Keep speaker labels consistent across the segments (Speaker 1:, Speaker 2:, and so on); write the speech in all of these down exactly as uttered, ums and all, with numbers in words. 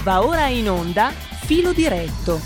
Speaker 1: Va ora in onda Filo Diretto.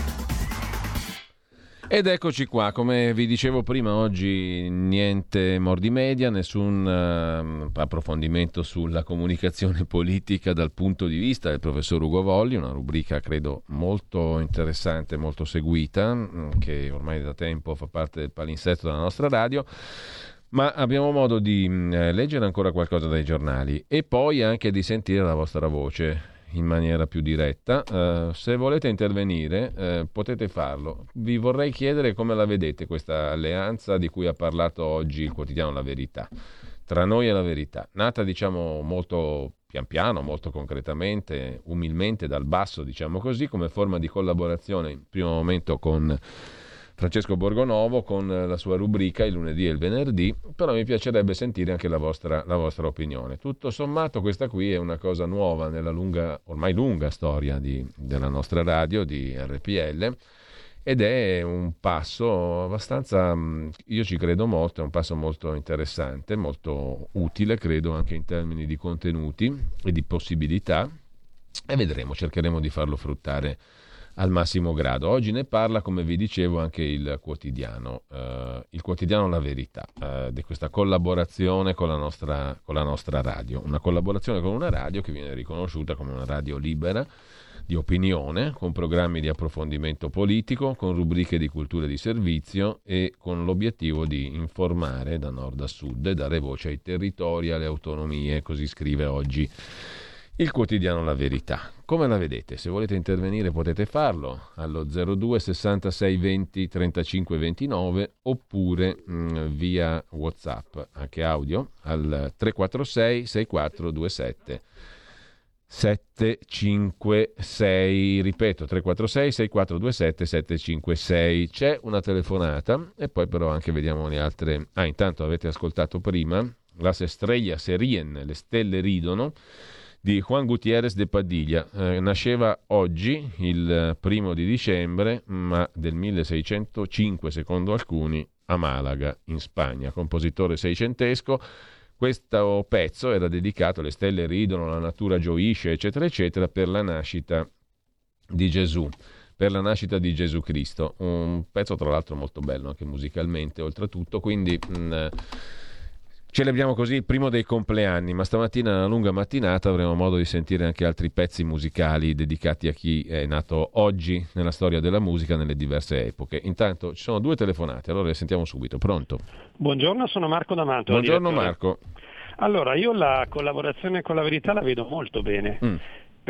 Speaker 2: Ed eccoci qua, come vi dicevo prima, oggi niente mordimedia, nessun uh, approfondimento sulla comunicazione politica dal punto di vista del professor Ugo Volli, una rubrica credo molto interessante, molto seguita, che ormai da tempo fa parte del palinsesto della nostra radio. Ma abbiamo modo di eh, leggere ancora qualcosa dai giornali e poi anche di sentire la vostra voce in maniera più diretta. Uh, se volete intervenire uh, potete farlo. Vi vorrei chiedere come la vedete questa alleanza di cui ha parlato oggi il quotidiano La Verità, tra noi e la verità, nata diciamo molto pian piano, molto concretamente, umilmente dal basso, diciamo così, come forma di collaborazione in primo momento con Francesco Borgonovo, con la sua rubrica il lunedì e il venerdì, però mi piacerebbe sentire anche la vostra, la vostra opinione. Tutto sommato questa qui è una cosa nuova nella lunga, ormai lunga storia di, della nostra radio, di R P L, ed è un passo abbastanza, io ci credo molto, è un passo molto interessante, molto utile, credo anche in termini di contenuti e di possibilità, e vedremo, cercheremo di farlo fruttare al massimo grado. Oggi ne parla, come vi dicevo, anche il quotidiano, eh, il quotidiano La Verità, eh, di questa collaborazione con la nostra, con la nostra radio, una collaborazione con una radio che viene riconosciuta come una radio libera, di opinione, con programmi di approfondimento politico, con rubriche di cultura e di servizio e con l'obiettivo di informare da nord a sud e dare voce ai territori, alle autonomie, così scrive oggi il quotidiano La Verità. Come la vedete? Se volete intervenire potete farlo allo zero due sessantasei venti trentacinque ventinove oppure mh, via WhatsApp, anche audio, al tre quattro sei sei quattro due sette sette cinque sei, ripeto tre quattro sei sei quattro due sette sette cinque sei. C'è una telefonata e poi però anche vediamo le altre. Ah, intanto avete ascoltato prima Las Estrellas se ríen, le stelle ridono, di Juan Gutiérrez de Padilla. Eh, nasceva oggi, il primo di dicembre, ma del milleseicentocinque secondo alcuni, a Malaga, in Spagna, compositore seicentesco. Questo pezzo era dedicato alle stelle ridono, la natura gioisce, eccetera, eccetera, per la nascita di Gesù, per la nascita di Gesù Cristo. Un pezzo tra l'altro molto bello anche musicalmente, oltretutto, quindi mh, celebriamo così il primo dei compleanni, ma stamattina nella lunga mattinata avremo modo di sentire anche altri pezzi musicali dedicati a chi è nato oggi nella storia della musica nelle diverse epoche. Intanto ci sono due telefonate, allora le sentiamo subito. Pronto?
Speaker 3: Buongiorno, sono Marco D'Amato.
Speaker 2: Buongiorno
Speaker 3: direttore.
Speaker 2: Marco.
Speaker 3: Allora, io la collaborazione con La Verità la vedo molto bene, mm.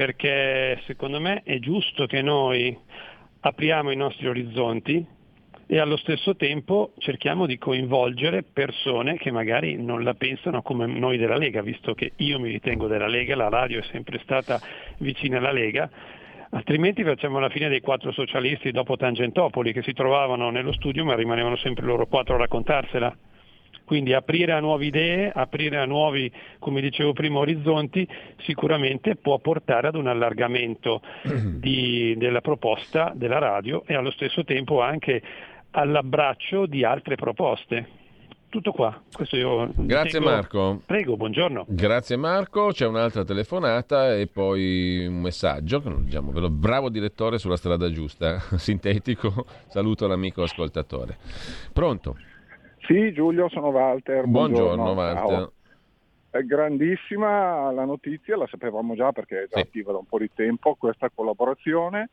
Speaker 3: perché secondo me è giusto che noi apriamo i nostri orizzonti e allo stesso tempo cerchiamo di coinvolgere persone che magari non la pensano come noi della Lega, visto che io mi ritengo della Lega, la radio è sempre stata vicina alla Lega, altrimenti facciamo la fine dei quattro socialisti dopo Tangentopoli, che si trovavano nello studio ma rimanevano sempre loro quattro a raccontarsela. Quindi aprire a nuove idee, aprire a nuovi, come dicevo prima, orizzonti, sicuramente può portare ad un allargamento di, della proposta della radio e allo stesso tempo anche all'abbraccio di altre proposte. Tutto qua. Questo io
Speaker 2: Grazie
Speaker 3: tengo...
Speaker 2: Marco.
Speaker 3: Prego, buongiorno.
Speaker 2: Grazie Marco, c'è un'altra telefonata e poi un messaggio, che non leggiamo, ve lo bravo direttore sulla strada giusta, sintetico, saluto l'amico ascoltatore. Pronto?
Speaker 4: Sì, Giulio, sono Walter.
Speaker 2: Buongiorno, Buongiorno Walter.
Speaker 4: È grandissima la notizia, la sapevamo già perché è già
Speaker 2: sì.
Speaker 4: attiva da un po' di tempo questa collaborazione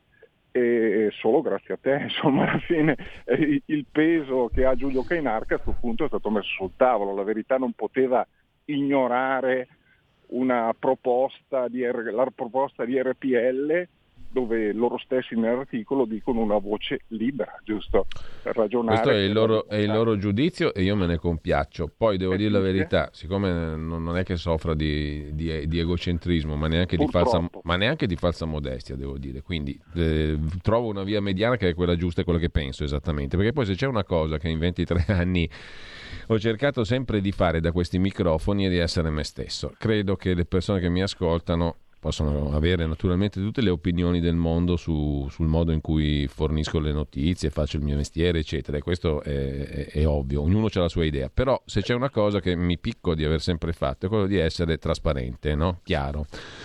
Speaker 4: e solo grazie a te, insomma, alla fine eh, il peso che ha Giulio Cainarca a questo punto è stato messo sul tavolo. La Verità non poteva ignorare una proposta di R- la proposta di R P L, dove loro stessi nell'articolo dicono una voce libera, giusto? Per ragionare.
Speaker 2: Questo è il, loro, è il loro giudizio e io me ne compiaccio. Poi devo eh, dire la verità, siccome non, non è che soffra di, di, di egocentrismo, ma neanche di, falsa, ma neanche di falsa modestia, devo dire. Quindi eh, trovo una via mediana che è quella giusta e quella che penso esattamente. Perché poi se c'è una cosa che in ventitré anni ho cercato sempre di fare da questi microfoni è di essere me stesso. Credo che le persone che mi ascoltano possono avere naturalmente tutte le opinioni del mondo su, sul modo in cui fornisco le notizie, faccio il mio mestiere, eccetera, e questo è, è, è ovvio, ognuno ha la sua idea, però se c'è una cosa che mi picco di aver sempre fatto è quello di essere trasparente, no? Chiaro.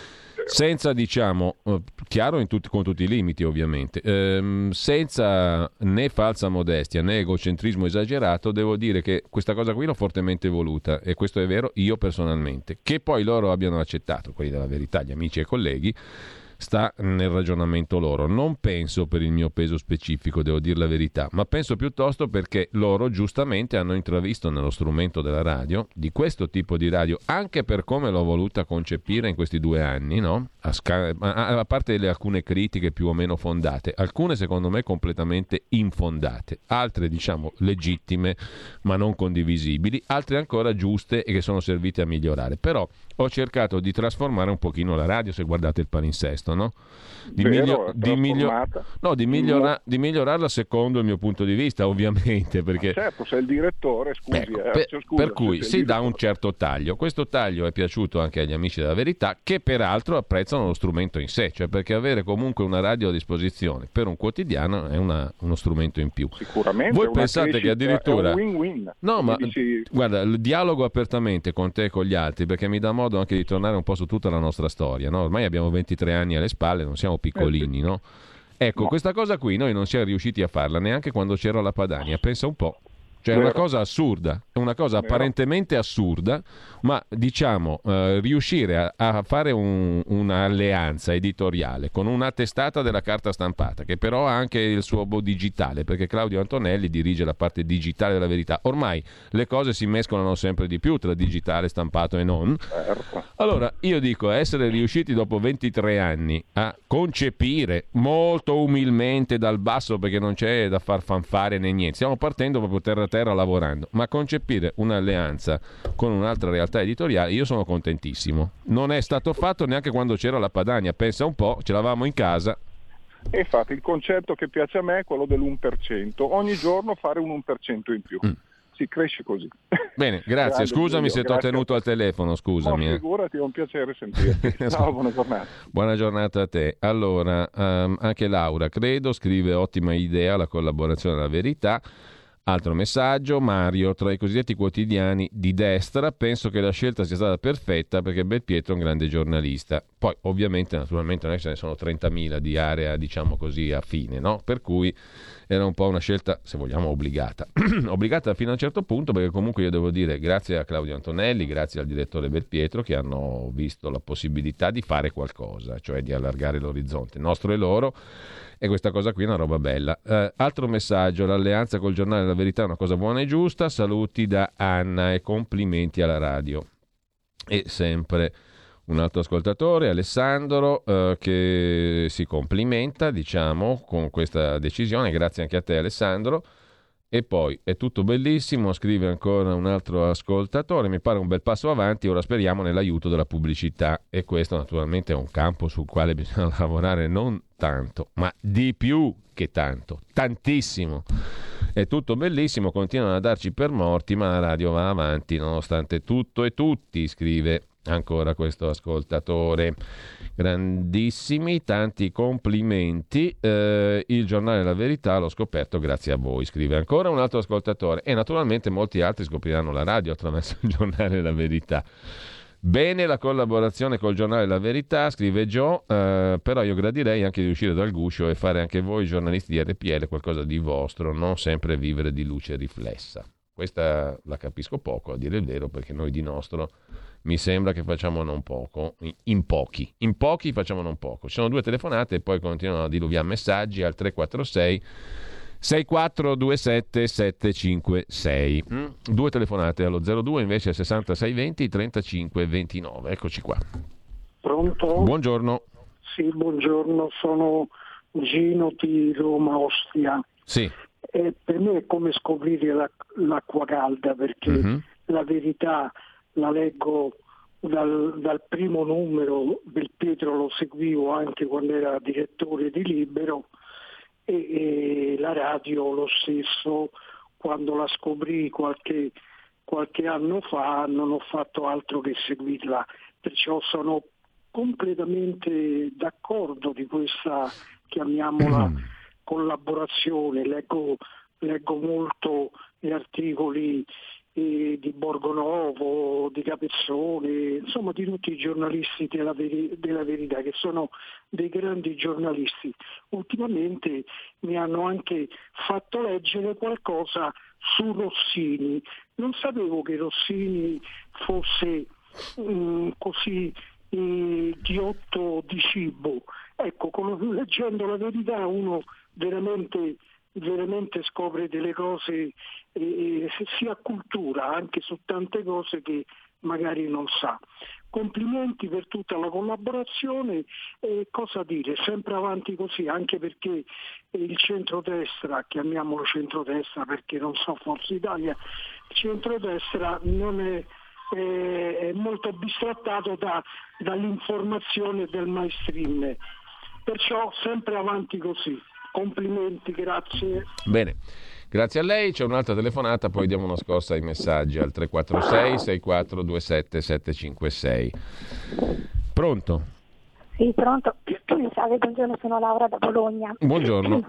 Speaker 2: senza, diciamo, chiaro in tutti, con tutti i limiti ovviamente, ehm, senza né falsa modestia né egocentrismo esagerato, devo dire che questa cosa qui l'ho fortemente voluta, e questo è vero io personalmente. Che poi loro abbiano accettato, quelli della Verità, gli amici e colleghi, sta nel ragionamento loro. Non penso per il mio peso specifico, devo dire la verità, ma penso piuttosto perché loro giustamente hanno intravisto nello strumento della radio, di questo tipo di radio, anche per come l'ho voluta concepire in questi due anni, no? A, sca- a parte le alcune critiche più o meno fondate, alcune secondo me completamente infondate, altre diciamo legittime ma non condivisibili, altre ancora giuste e che sono servite a migliorare. Però ho cercato di trasformare un pochino la radio, se guardate il palinsesto, no? Di,
Speaker 4: Vero,
Speaker 2: miglio- di, miglio- no, di, migliora- di migliorarla secondo il mio punto di vista, ovviamente, perché
Speaker 4: certo, sei il direttore, scusi,
Speaker 2: ecco,
Speaker 4: eh,
Speaker 2: per,
Speaker 4: cioè, scusa,
Speaker 2: per cui si dà un
Speaker 4: direttore.
Speaker 2: certo taglio. Questo taglio è piaciuto anche agli amici della Verità, che peraltro apprezzano lo strumento in sé, cioè perché avere comunque una radio a disposizione per un quotidiano è una- uno strumento in più.
Speaker 4: Sicuramente.
Speaker 2: Voi
Speaker 4: una
Speaker 2: pensate che
Speaker 4: crescita,
Speaker 2: addirittura
Speaker 4: è un win-win.
Speaker 2: no, ma
Speaker 4: Dici...
Speaker 2: guarda, il dialogo apertamente con te e con gli altri, perché mi dà modo anche di tornare un po' su tutta la nostra storia, no? Ormai abbiamo ventitré anni alle spalle, non siamo piccolini, no? Ecco,
Speaker 4: No.
Speaker 2: questa cosa qui noi non siamo riusciti a farla neanche quando c'era la Padania, pensa un po'. Cioè è una
Speaker 4: Vero.
Speaker 2: cosa assurda, è una cosa
Speaker 4: Vero.
Speaker 2: apparentemente assurda, ma diciamo eh, riuscire a, a fare un- un'alleanza editoriale con una testata della carta stampata, che però ha anche il suo bo digitale, perché Claudio Antonelli dirige la parte digitale della Verità. Ormai le cose si mescolano sempre di più tra digitale, stampato e non.
Speaker 4: Certo.
Speaker 2: Allora, io dico, essere riusciti dopo ventitré anni a concepire molto umilmente dal basso, perché non c'è da far fanfare né niente, stiamo partendo proprio terra terra lavorando, ma concepire un'alleanza con un'altra realtà editoriale, io sono contentissimo. Non è stato fatto neanche quando c'era la Padania, pensa un po', ce l'avamo in casa.
Speaker 4: E infatti il concetto che piace a me è quello dell'uno per cento, ogni giorno fare un uno per cento in più.
Speaker 2: Mm.
Speaker 4: Si cresce così.
Speaker 2: Bene, grazie,
Speaker 4: Grande
Speaker 2: scusami
Speaker 4: Giulio,
Speaker 2: se ti ho
Speaker 4: grazie.
Speaker 2: tenuto al telefono, scusami.
Speaker 4: No,
Speaker 2: eh.
Speaker 4: figurati, è un piacere sentirti. Ciao, buona giornata.
Speaker 2: Buona giornata a te. Allora, ehm, anche Laura, credo, scrive ottima idea la collaborazione alla Verità. Altro messaggio, Mario, tra i cosiddetti quotidiani di destra penso che la scelta sia stata perfetta perché Belpietro è un grande giornalista. Poi ovviamente, naturalmente non è che ce ne sono trentamila di area, diciamo così, affine, no? Per cui era un po' una scelta, se vogliamo, obbligata. Obbligata fino a un certo punto, perché comunque io devo dire grazie a Claudio Antonelli, grazie al direttore Belpietro, che hanno visto la possibilità di fare qualcosa, cioè di allargare l'orizzonte nostro e loro. E questa cosa qui è una roba bella. Eh, altro messaggio, l'alleanza col giornale La Verità è una cosa buona e giusta. Saluti da Anna e complimenti alla radio. E sempre un altro ascoltatore, Alessandro, eh, che si complimenta, diciamo, con questa decisione. Grazie anche a te, Alessandro. E poi è tutto bellissimo, scrive ancora un altro ascoltatore, mi pare un bel passo avanti, ora speriamo nell'aiuto della pubblicità, e questo naturalmente è un campo sul quale bisogna lavorare non tanto, ma di più che tanto, tantissimo. È tutto bellissimo, continuano a darci per morti, ma la radio va avanti nonostante tutto e tutti, scrive ancora questo ascoltatore. Grandissimi, tanti complimenti. Eh, il giornale La Verità l'ho scoperto grazie a voi, scrive ancora un altro ascoltatore, e naturalmente molti altri scopriranno la radio attraverso il giornale La Verità. Bene la collaborazione col giornale La Verità, scrive Joe, eh, però io gradirei anche di uscire dal guscio e fare anche voi giornalisti di R P L qualcosa di vostro, non sempre vivere di luce riflessa. Questa la capisco poco, a dire il vero, perché noi di nostro mi sembra che facciamo non poco, in pochi, in pochi facciamo non poco. Ci sono due telefonate e poi continuano a diluviare messaggi al tre quattro sei sei quattro due sette sette cinque sei. Mm? Due telefonate allo zero due invece sessantasei venti trentacinque ventinove. Eccoci qua.
Speaker 5: Pronto?
Speaker 2: Buongiorno.
Speaker 5: Sì, buongiorno, sono Gino di Roma Ostia.
Speaker 2: Sì.
Speaker 5: E per me è come scoprire la, l'acqua calda, perché
Speaker 2: Mm-hmm.
Speaker 5: La Verità la leggo dal, dal primo numero, Belpietro lo seguivo anche quando era direttore di Libero, e, e la radio lo stesso, quando la scoprì qualche, qualche anno fa non ho fatto altro che seguirla, perciò sono completamente d'accordo di questa, chiamiamola, collaborazione. Leggo, leggo molto gli articoli eh, di Borgonovo, di Capezzone, insomma di tutti i giornalisti della, veri- della Verità, che sono dei grandi giornalisti. Ultimamente mi hanno anche fatto leggere qualcosa su Rossini. Non sapevo che Rossini fosse mh, così eh, ghiotto di cibo. Ecco, con, leggendo La Verità uno veramente, veramente scopre delle cose, eh, si accultura anche su tante cose che magari non sa. Complimenti per tutta la collaborazione e cosa dire, sempre avanti così, anche perché il centrodestra, chiamiamolo centrodestra perché non so Forza Italia, il centrodestra non è, è, è molto bistrattato da, dall'informazione del mainstream, perciò sempre avanti così. Complimenti, grazie.
Speaker 2: Bene. Grazie a lei, c'è un'altra telefonata, poi diamo una scorsa ai messaggi al tre quattro sei sei quattro due sette sette cinque sei. Pronto?
Speaker 6: Sì, pronto. Salve, buongiorno, sono Laura da Bologna.
Speaker 2: Buongiorno.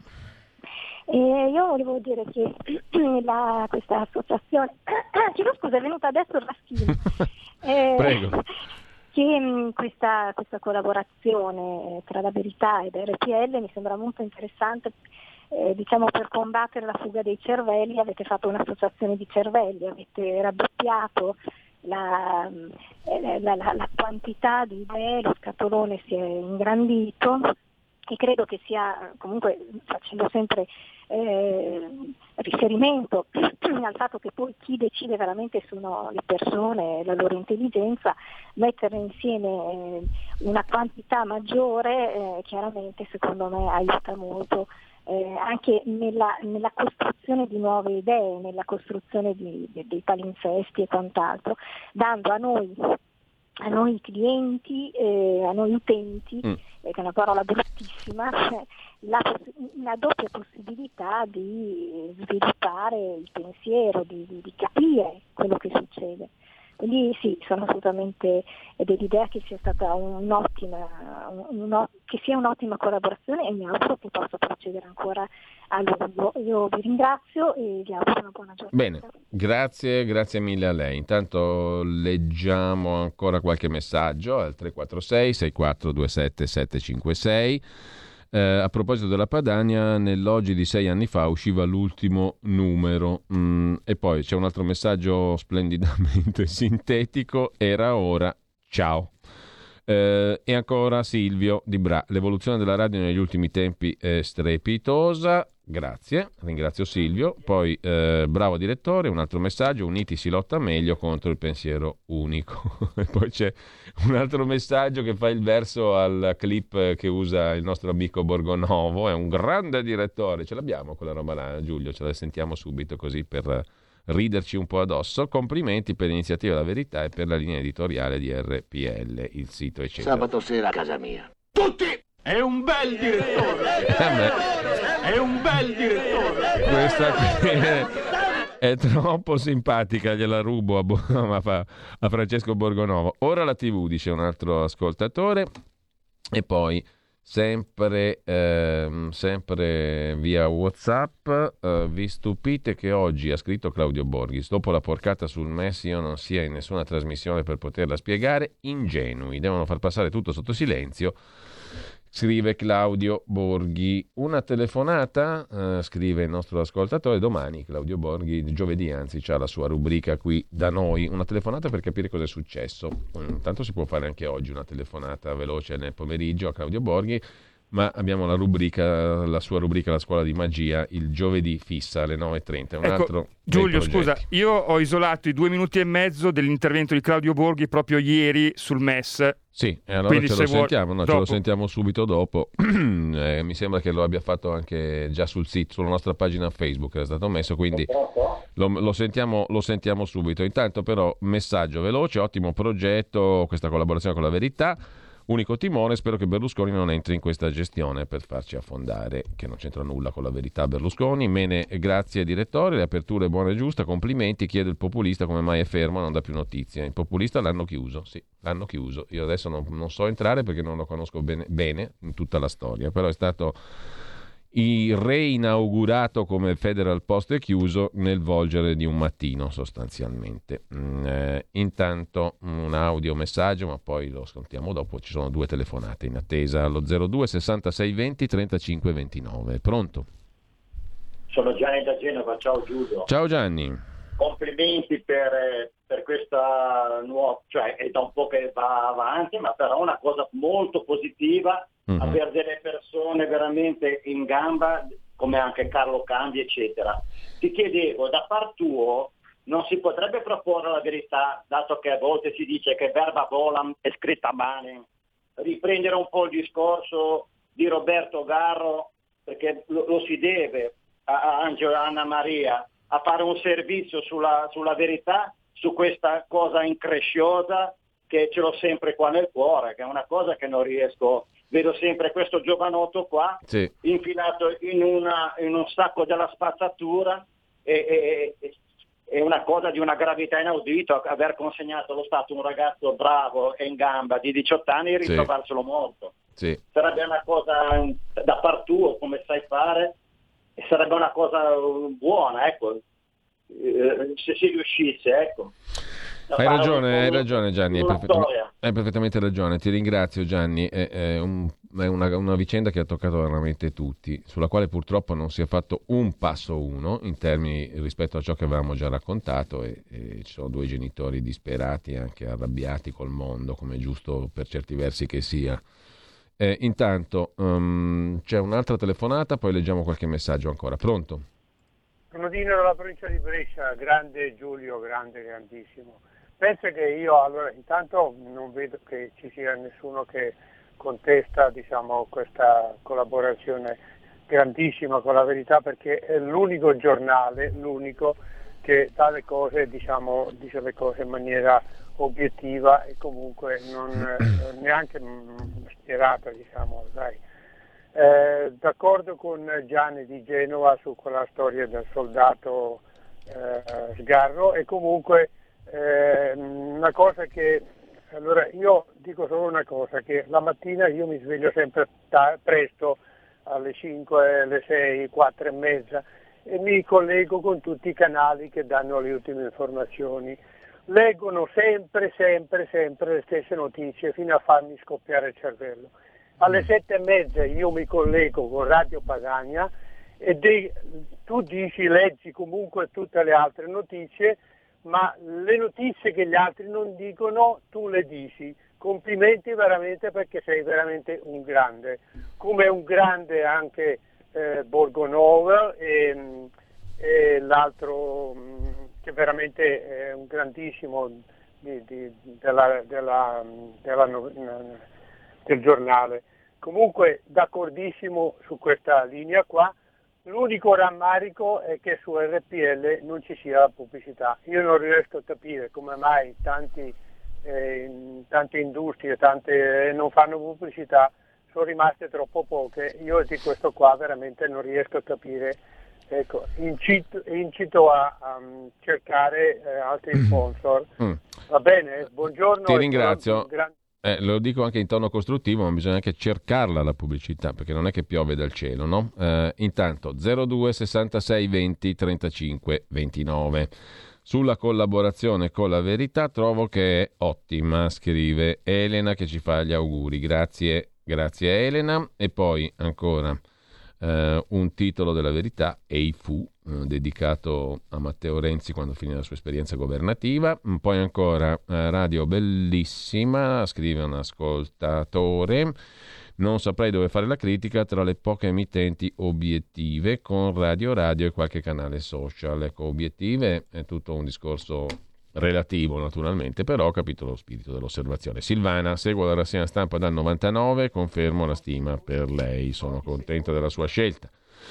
Speaker 6: E io volevo dire che la, questa associazione, chiedo scusa, è venuta adesso il Raschino. eh,
Speaker 2: Prego.
Speaker 6: Che mh, questa, questa collaborazione tra La Verità ed R P L mi sembra molto interessante. Eh, diciamo per combattere la fuga dei cervelli avete fatto un'associazione di cervelli, avete raddoppiato la, eh, la, la, la quantità di idee, lo scatolone si è ingrandito e credo che sia, comunque facendo sempre eh, riferimento al fatto che poi chi decide veramente sono le persone, la loro intelligenza, mettere insieme eh, una quantità maggiore eh, chiaramente secondo me aiuta molto. Eh, anche nella, nella costruzione di nuove idee, nella costruzione di, di, dei palinsesti e quant'altro, dando a noi, a noi clienti, eh, a noi utenti, mm. eh, che è una parola bruttissima, la, una doppia possibilità di sviluppare il pensiero, di, di, di capire quello che succede. Quindi sì, sono assolutamente dell'idea che sia stata un'ottima, un, che sia un'ottima collaborazione e mi auguro che possa procedere ancora a lungo. Io vi ringrazio e vi auguro una buona giornata.
Speaker 2: Bene, grazie, grazie mille a lei. Intanto leggiamo ancora qualche messaggio al tre quattro sei sei quattro due sette sette cinque sei. Eh, a proposito della Padania, nell'Oggi di sei anni fa usciva l'ultimo numero mm, e poi c'è un altro messaggio splendidamente sintetico: era ora, ciao. Eh, e ancora Silvio di Bra: l'evoluzione della radio negli ultimi tempi è strepitosa. Grazie, ringrazio Silvio. Poi eh, bravo direttore, un altro messaggio: uniti si lotta meglio contro il pensiero unico. E poi c'è un altro messaggio che fa il verso al clip che usa il nostro amico Borgonovo: è un grande direttore. Ce l'abbiamo quella roba là, Giulio, ce la sentiamo subito così per riderci un po' addosso. Complimenti per l'iniziativa La Verità e per la linea editoriale di R P L, il sito eccetera.
Speaker 7: Sabato sera a casa mia. Tutti! È un bel direttore! È un bel direttore!
Speaker 2: Questa qui è, è troppo simpatica, gliela rubo a, Bo- a, a Francesco Borgonovo. Ora la tivù, dice un altro ascoltatore. E poi sempre, eh, sempre via WhatsApp, eh, vi stupite che oggi, ha scritto Claudio Borghis, dopo la porcata sul M E S io non sia in nessuna trasmissione per poterla spiegare. Ingenui, devono far passare tutto sotto silenzio. Scrive Claudio Borghi. Una telefonata, eh, scrive il nostro ascoltatore, domani Claudio Borghi, giovedì anzi, c'ha la sua rubrica qui da noi. Una telefonata per capire cosa è successo. Intanto si può fare anche oggi una telefonata veloce nel pomeriggio a Claudio Borghi, ma abbiamo la rubrica, la sua rubrica La Scuola di Magia, il giovedì fissa alle nove e trenta. Un
Speaker 8: ecco,
Speaker 2: altro
Speaker 8: Giulio, scusa, io ho isolato i due minuti e mezzo dell'intervento di Claudio Borghi proprio ieri sul M E S.
Speaker 2: Sì, e allora
Speaker 8: Quindi
Speaker 2: ce lo sentiamo, no, ce lo sentiamo subito dopo. eh, mi sembra che lo abbia fatto anche già sul sito, sulla nostra pagina Facebook, era stato messo, quindi lo, lo, sentiamo, lo sentiamo subito. Intanto però messaggio veloce: ottimo progetto questa collaborazione con La Verità. Unico timore, spero che Berlusconi non entri in questa gestione per farci affondare, che non c'entra nulla con La Verità Berlusconi. Bene, grazie direttore, le aperture buone e giuste, complimenti. Chiede il populista come mai è fermo, non dà più notizie. Il populista l'hanno chiuso, sì, l'hanno chiuso. Io adesso non, non so entrare perché non lo conosco bene, bene in tutta la storia, però è stato il reinaugurato come Federal Post è chiuso nel volgere di un mattino sostanzialmente. Mm, eh, intanto un audio messaggio, ma poi lo ascoltiamo dopo. Ci sono due telefonate in attesa allo zero due sessantasei venti trentacinque ventinove. Pronto?
Speaker 9: Sono Gianni da Genova, ciao Giulio.
Speaker 2: Ciao Gianni.
Speaker 9: Complimenti per, per questa nuova, cioè è da un po' che va avanti, ma però è una cosa molto positiva. Mm-hmm. Avere delle persone veramente in gamba come anche Carlo Cambi eccetera. Ti chiedevo, da par tuo non si potrebbe proporre la verità, dato che a volte si dice che verba volam è scritta male, riprendere un po' il discorso di Roberto Garro, perché lo, lo si deve a, a Angelo e Anna Maria, a fare un servizio sulla, sulla verità, su questa cosa incresciosa che ce l'ho sempre qua nel cuore, che è una cosa che non riesco. Vedo sempre questo giovanotto qua, sì, infilato in, una, in un sacco della spazzatura, e, e, è una cosa di una gravità inaudita aver consegnato allo Stato un ragazzo bravo e in gamba di diciotto anni e ritrovarselo, sì, morto. Sì. Sarebbe una cosa da par tuo, come sai fare, e sarebbe una cosa buona, ecco, eh, se si riuscisse, ecco.
Speaker 2: Hai ragione, hai ragione Gianni, hai, perfettamente, hai perfettamente ragione, ti ringrazio Gianni, è, è, un, è una, una vicenda che ha toccato veramente tutti, sulla quale purtroppo non si è fatto un passo uno in termini rispetto a ciò che avevamo già raccontato, e, e ci sono due genitori disperati, anche arrabbiati col mondo, come è giusto per certi versi che sia. Eh, intanto um, c'è un'altra telefonata, poi leggiamo qualche messaggio ancora. Pronto?
Speaker 10: Sono Dino dalla provincia di Brescia, grande Giulio, grande, grandissimo. Penso che io, allora, intanto non vedo che ci sia nessuno che contesta, diciamo, questa collaborazione grandissima con La Verità, perché è l'unico giornale, l'unico che dà le cose, diciamo, dice le cose in maniera obiettiva e comunque non neanche schierata, diciamo, dai. Eh, d'accordo con Gianni di Genova su quella storia del soldato eh, Sgarro, e comunque eh, una cosa che, allora io dico solo una cosa, che la mattina io mi sveglio sempre ta- presto, alle cinque, alle sei, quattro e mezza, e mi collego con tutti i canali che danno le ultime informazioni. Leggono sempre, sempre, sempre le stesse notizie fino a farmi scoppiare il cervello. Alle sette e mezza io mi collego con Radio Padania e de- tu dici, leggi comunque tutte le altre notizie, ma le notizie che gli altri non dicono tu le dici. Complimenti veramente, perché sei veramente un grande. Come un grande anche eh, Borgonovo e, e l'altro che veramente è un grandissimo di, di, della, della, della, del giornale. Comunque d'accordissimo su questa linea qua. L'unico rammarico è che su R P L non ci sia la pubblicità. Io non riesco a capire come mai tanti, eh, tante industrie tante, eh, non fanno pubblicità, sono rimaste troppo poche. Io di questo qua veramente non riesco a capire. Ecco, incito, incito a, a cercare eh, altri sponsor. Mm. Va bene, buongiorno.
Speaker 2: Ti ringrazio. Gran... Eh, lo dico anche in tono costruttivo, ma bisogna anche cercarla la pubblicità, perché non è che piove dal cielo, no? Eh, intanto zero due sessantasei venti trentacinque ventinove. Sulla collaborazione con La Verità trovo che è ottima, scrive Elena, che ci fa gli auguri. Grazie, grazie Elena. E poi ancora eh, un titolo della Verità, Eifu, eh, dedicato a Matteo Renzi quando finì la sua esperienza governativa. Poi ancora eh, Radio Bellissima, scrive un ascoltatore, non saprei dove fare la critica tra le poche emittenti obiettive, con Radio Radio e qualche canale social. Ecco, obiettive è tutto un discorso relativo naturalmente, però ho capito lo spirito dell'osservazione. Silvana, seguo la rassegna stampa dal novantanove, confermo la stima per lei, sono contento della sua scelta.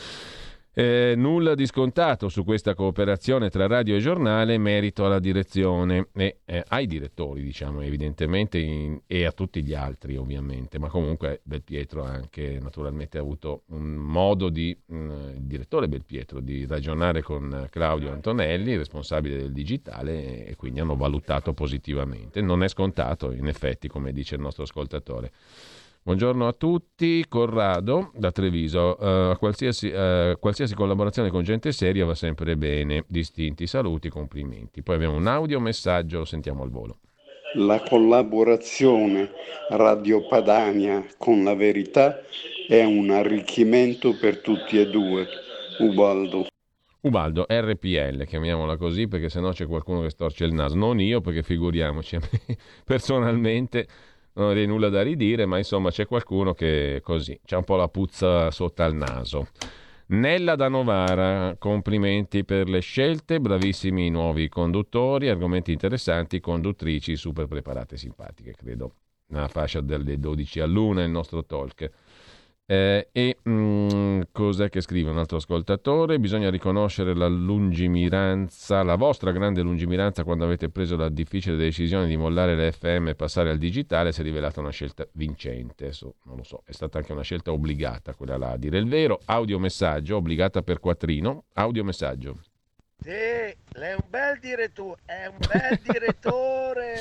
Speaker 2: Eh, nulla di scontato su questa cooperazione tra radio e giornale, merito alla direzione e eh, ai direttori, diciamo, evidentemente, in, e a tutti gli altri ovviamente, ma comunque Belpietro ha anche naturalmente avuto un modo di mh, il direttore Belpietro di ragionare con Claudio Antonelli, responsabile del digitale, e quindi hanno valutato positivamente. Non è scontato, in effetti, come dice il nostro ascoltatore. Buongiorno a tutti, Corrado da Treviso. Uh, qualsiasi, uh, qualsiasi collaborazione con gente seria va sempre bene. Distinti saluti, complimenti. Poi abbiamo un audio messaggio, lo sentiamo al volo.
Speaker 11: La collaborazione Radio Padania con La Verità è un arricchimento per tutti e due. Ubaldo.
Speaker 2: Ubaldo, R P L, chiamiamola così, perché sennò c'è qualcuno che storce il naso. Non io, perché figuriamoci, a me personalmente non avrei nulla da ridire, ma insomma c'è qualcuno che così, c'ha un po' la puzza sotto al naso. Nella da Novara, complimenti per le scelte, bravissimi i nuovi conduttori, argomenti interessanti, conduttrici super preparate e simpatiche, credo nella fascia delle dodici all'una il nostro talk. Eh, e mh, cos'è che scrive un altro ascoltatore? Bisogna riconoscere la lungimiranza, la vostra grande lungimiranza quando avete preso la difficile decisione di mollare le F M e passare al digitale. Si è rivelata una scelta vincente. So, non lo so, è stata anche una scelta obbligata quella là, a dire il vero. Audiomessaggio, obbligata per quattrino. Audiomessaggio.
Speaker 12: Sì, lei è un bel direttore, è un bel direttore.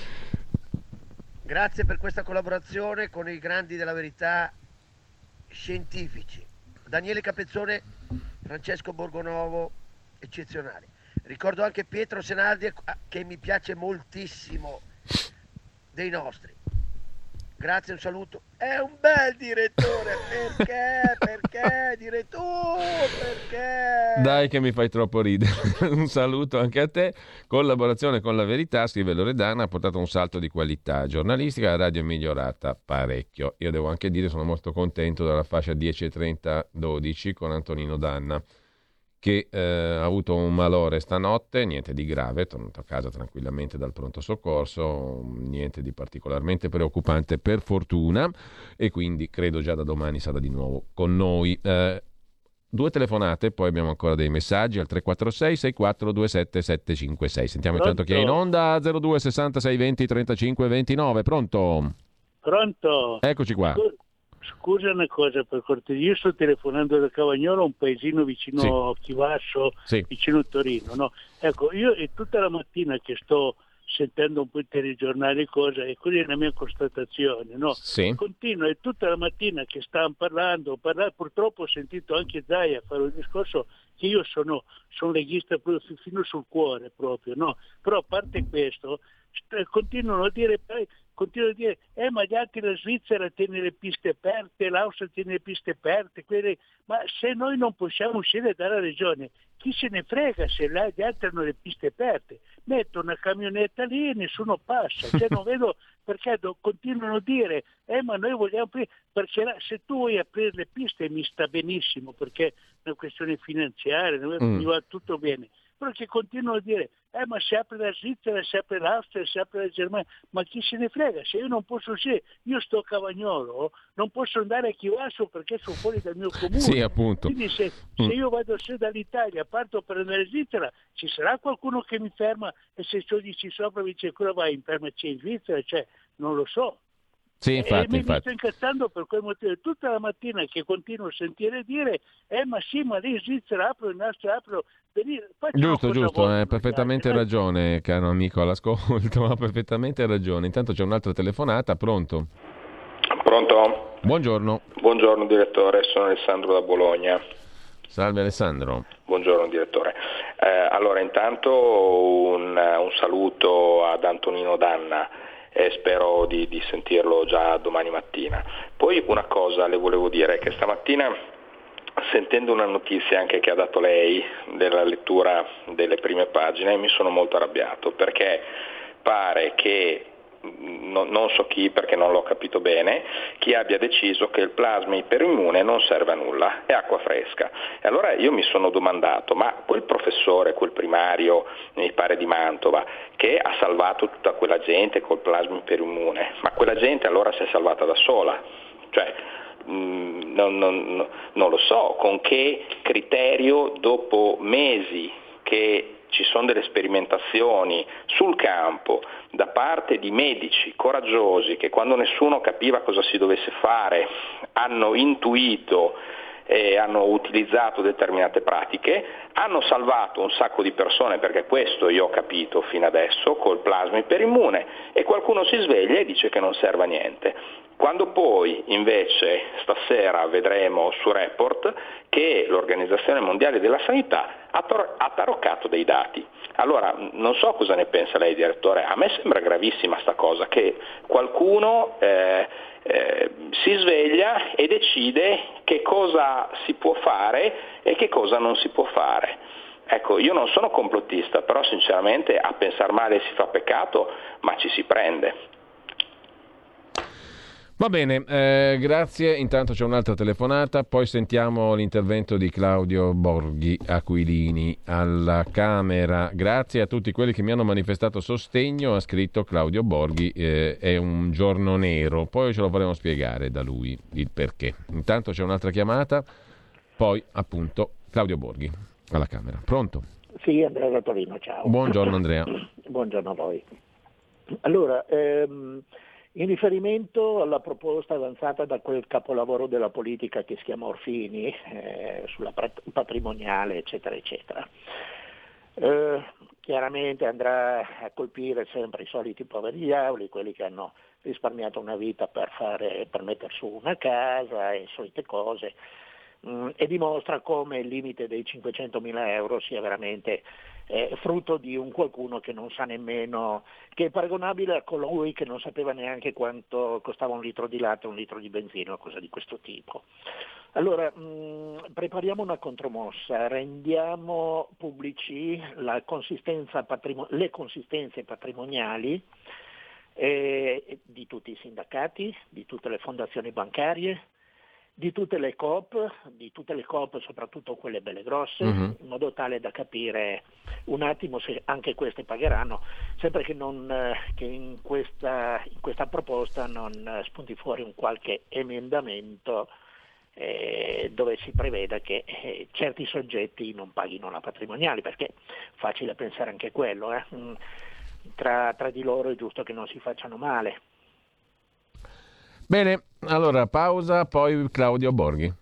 Speaker 12: Grazie per questa collaborazione con i grandi della Verità scientifici. Daniele Capezzone, Francesco Borgonovo, eccezionali. Ricordo anche Pietro Senaldi, che mi piace moltissimo, dei nostri. Grazie, un saluto. È un bel direttore. Perché? Perché direttore? Perché?
Speaker 2: Dai che mi fai troppo ridere. Un saluto anche a te. Collaborazione con La Verità, scrive Loredana, ha portato un salto di qualità giornalistica, la radio è migliorata parecchio. Io devo anche dire sono molto contento della fascia dieci e trenta dodici con Antonino Danna, che eh, ha avuto un malore stanotte, niente di grave, è tornato a casa tranquillamente dal pronto soccorso, niente di particolarmente preoccupante per fortuna, e quindi credo già da domani sarà di nuovo con noi. Eh, due telefonate, poi abbiamo ancora dei messaggi al tre quattro sei sei quattro due sette sette cinque sei. Sentiamo Pronto? Intanto chi è in onda, zero due sessantasei venti trentacinque ventinove. Pronto?
Speaker 13: Pronto?
Speaker 2: Eccoci qua.
Speaker 13: Scusa. Scusa una cosa per cortesia, io sto telefonando da Cavagnolo, un paesino vicino a sì. Chivasso, sì. vicino a Torino, no? Ecco, io è tutta la mattina che sto sentendo un po' i telegiornali e cose, e così è la mia constatazione, no?
Speaker 2: Sì.
Speaker 13: Continuo, è tutta la mattina che stanno parlando, parlando, purtroppo ho sentito anche Zaia fare un discorso che io sono, sono leghista fino sul cuore proprio, no? Però a parte questo, st- continuano a dire... Continuo a dire, eh ma gli altri la Svizzera tiene le piste aperte, l'Austria tiene le piste aperte, quelle... ma se noi non possiamo uscire dalla regione, chi se ne frega se gli altri hanno le piste aperte? Metto una camionetta lì e nessuno passa, cioè non vedo perché do... continuano a dire, eh ma noi vogliamo aprire, perché la... se tu vuoi aprire le piste mi sta benissimo, perché è una questione finanziaria, mm. mi va tutto bene. Però che continuano a dire, eh ma si apre la Svizzera, si apre l'Austria, si apre la Germania, ma chi se ne frega, se io non posso uscire, io sto a Cavagnolo, non posso andare a Chivasso perché sono fuori dal mio comune.
Speaker 2: Sì, appunto.
Speaker 13: Quindi se, se io vado su dall'Italia, parto per andare in Svizzera, ci sarà qualcuno che mi ferma, e se tu dici sopra mi dice, cosa vai in farmacia in Svizzera? Cioè, non lo so.
Speaker 2: Sì, infatti,
Speaker 13: e mi,
Speaker 2: infatti.
Speaker 13: mi sto incazzando per quel motivo. Tutta la mattina che continuo a sentire dire, eh ma sì, ma lì in Svizzera apro, in Austria apro.
Speaker 2: Giusto, giusto, hai perfettamente ragione, caro amico all'ascolto, ha perfettamente ragione. Intanto c'è un'altra telefonata, pronto?
Speaker 14: Pronto?
Speaker 2: Buongiorno.
Speaker 14: Buongiorno direttore, sono Alessandro da Bologna.
Speaker 2: Salve Alessandro.
Speaker 14: Buongiorno direttore. Eh, allora intanto un, un saluto ad Antonino Danna e spero di, di sentirlo già domani mattina. Poi una cosa le volevo dire, che stamattina, sentendo una notizia anche che ha dato lei della lettura delle prime pagine, mi sono molto arrabbiato, perché pare che, no, non so chi perché non l'ho capito bene, chi abbia deciso che il plasma iperimmune non serve a nulla, è acqua fresca. E allora io mi sono domandato, ma quel professore, quel primario, mi pare di Mantova, che ha salvato tutta quella gente col plasma iperimmune, ma quella gente allora si è salvata da sola? Cioè, Non, non, non lo so con che criterio, dopo mesi che ci sono delle sperimentazioni sul campo da parte di medici coraggiosi che, quando nessuno capiva cosa si dovesse fare, hanno intuito e hanno utilizzato determinate pratiche, hanno salvato un sacco di persone, perché questo io ho capito fino adesso, col plasma iperimmune, e qualcuno si sveglia e dice che non serve a niente. Quando poi invece stasera vedremo su Report che l'Organizzazione Mondiale della Sanità ha, tor- ha taroccato dei dati. Allora, non so cosa ne pensa lei, direttore, a me sembra gravissima sta cosa, che qualcuno eh, eh, si sveglia e decide che cosa si può fare e che cosa non si può fare. Ecco, io non sono complottista, però sinceramente a pensare male si fa peccato, ma ci si prende.
Speaker 2: Va bene, eh, grazie. Intanto c'è un'altra telefonata, poi sentiamo l'intervento di Claudio Borghi Aquilini alla Camera. Grazie a tutti quelli che mi hanno manifestato sostegno, ha scritto Claudio Borghi, eh, è un giorno nero, poi ce lo faremo spiegare da lui il perché. Intanto c'è un'altra chiamata, poi appunto Claudio Borghi alla Camera. Pronto?
Speaker 15: Sì, Andrea da Torino, ciao.
Speaker 2: Buongiorno Andrea.
Speaker 15: Buongiorno a voi. Allora, ehm... in riferimento alla proposta avanzata da quel capolavoro della politica che si chiama Orfini, eh, sulla patrimoniale, eccetera, eccetera, eh, chiaramente andrà a colpire sempre i soliti poveri diavoli, quelli che hanno risparmiato una vita per, fare, per mettere su una casa e solite cose, mh, e dimostra come il limite dei cinquecentomila euro sia veramente Eh, frutto di un qualcuno che non sa nemmeno, che è paragonabile a colui che non sapeva neanche quanto costava un litro di latte, un litro di benzina o cosa di questo tipo. Allora, mh, prepariamo una contromossa, rendiamo pubblici la consistenza patrimo- le consistenze patrimoniali eh, di tutti i sindacati, di tutte le fondazioni bancarie, di tutte le coop, di tutte le coop, soprattutto quelle belle grosse, uh-huh. in modo tale da capire un attimo se anche queste pagheranno, sempre che, non, che in, questa, in questa proposta non spunti fuori un qualche emendamento eh, dove si preveda che eh, certi soggetti non paghino la patrimoniale, perché è facile pensare anche quello, eh? tra, tra di loro è giusto che non si facciano male.
Speaker 2: Bene, allora pausa, poi Claudio Borghi.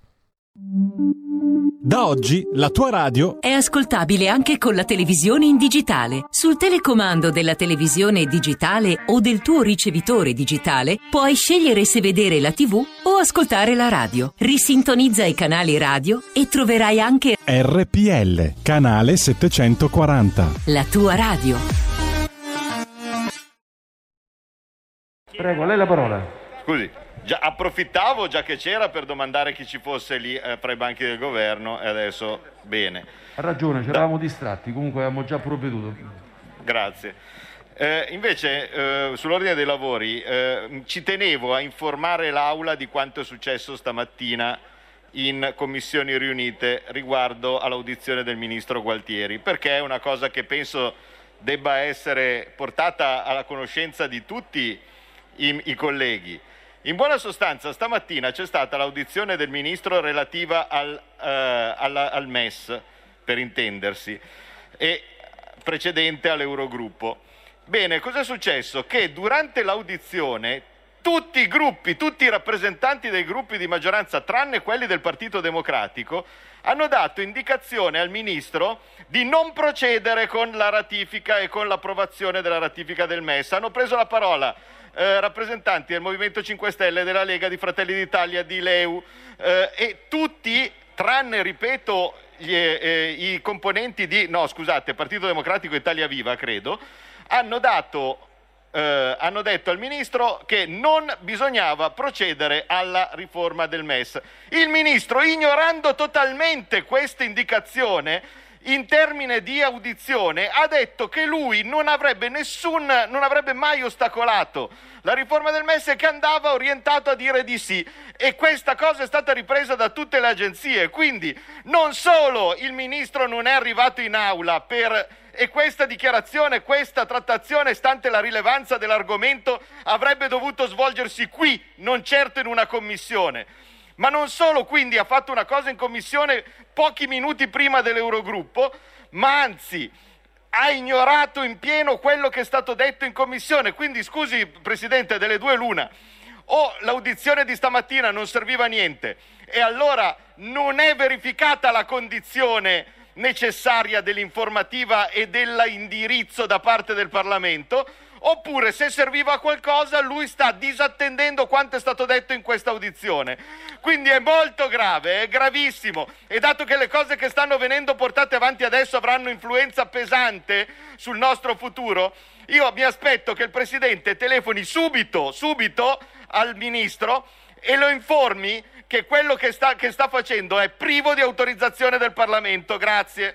Speaker 16: Da oggi la tua radio
Speaker 17: è ascoltabile anche con la televisione in digitale. Sul telecomando della televisione digitale o del tuo ricevitore digitale puoi scegliere se vedere la tivù o ascoltare la radio. Risintonizza i canali radio e troverai anche
Speaker 16: R P L, canale settecentoquaranta.
Speaker 17: La tua radio.
Speaker 18: Prego, a lei la parola.
Speaker 19: Scusi, già approfittavo già che c'era per domandare chi ci fosse lì eh, fra i banchi del governo e adesso bene.
Speaker 18: Ha ragione, ci eravamo distratti, comunque avevamo già provveduto.
Speaker 19: Grazie. Eh, invece eh, sull'ordine dei lavori eh, ci tenevo a informare l'Aula di quanto è successo stamattina in commissioni riunite riguardo all'audizione del ministro Gualtieri, perché è una cosa che penso debba essere portata alla conoscenza di tutti i, i colleghi. In buona sostanza, stamattina c'è stata l'audizione del Ministro relativa al, eh, alla, al M E S, per intendersi, e precedente all'Eurogruppo. Bene, cos'è successo? Che durante l'audizione tutti i gruppi, tutti i rappresentanti dei gruppi di maggioranza, tranne quelli del Partito Democratico, hanno dato indicazione al Ministro di non procedere con la ratifica e con l'approvazione della ratifica del M E S. Hanno preso la parola Eh, rappresentanti del Movimento cinque Stelle, della Lega, di Fratelli d'Italia, di L E U eh, e tutti, tranne, ripeto, gli, eh, i componenti di, no scusate, Partito Democratico e Italia Viva, credo, hanno dato, eh, hanno detto al Ministro che non bisognava procedere alla riforma del M E S. Il Ministro, ignorando totalmente questa indicazione, in termine di audizione, ha detto che lui non avrebbe nessun, non avrebbe mai ostacolato la riforma del M E S e che andava orientato a dire di sì, e questa cosa è stata ripresa da tutte le agenzie. Quindi non solo il Ministro non è arrivato in aula per, e questa dichiarazione, questa trattazione, stante la rilevanza dell'argomento, avrebbe dovuto svolgersi qui, non certo in una commissione. Ma non solo, quindi ha fatto una cosa in commissione pochi minuti prima dell'Eurogruppo, ma anzi ha ignorato in pieno quello che è stato detto in commissione. Quindi, scusi Presidente, delle due l'una, o l'audizione di stamattina non serviva a niente e allora non è verificata la condizione necessaria dell'informativa e dell'indirizzo da parte del Parlamento, oppure se serviva a qualcosa lui sta disattendendo quanto è stato detto in questa audizione. Quindi è molto grave, è gravissimo, e dato che le cose che stanno venendo portate avanti adesso avranno influenza pesante sul nostro futuro, io mi aspetto che il Presidente telefoni subito, subito al Ministro e lo informi che quello che sta, che sta facendo è privo di autorizzazione del Parlamento. Grazie.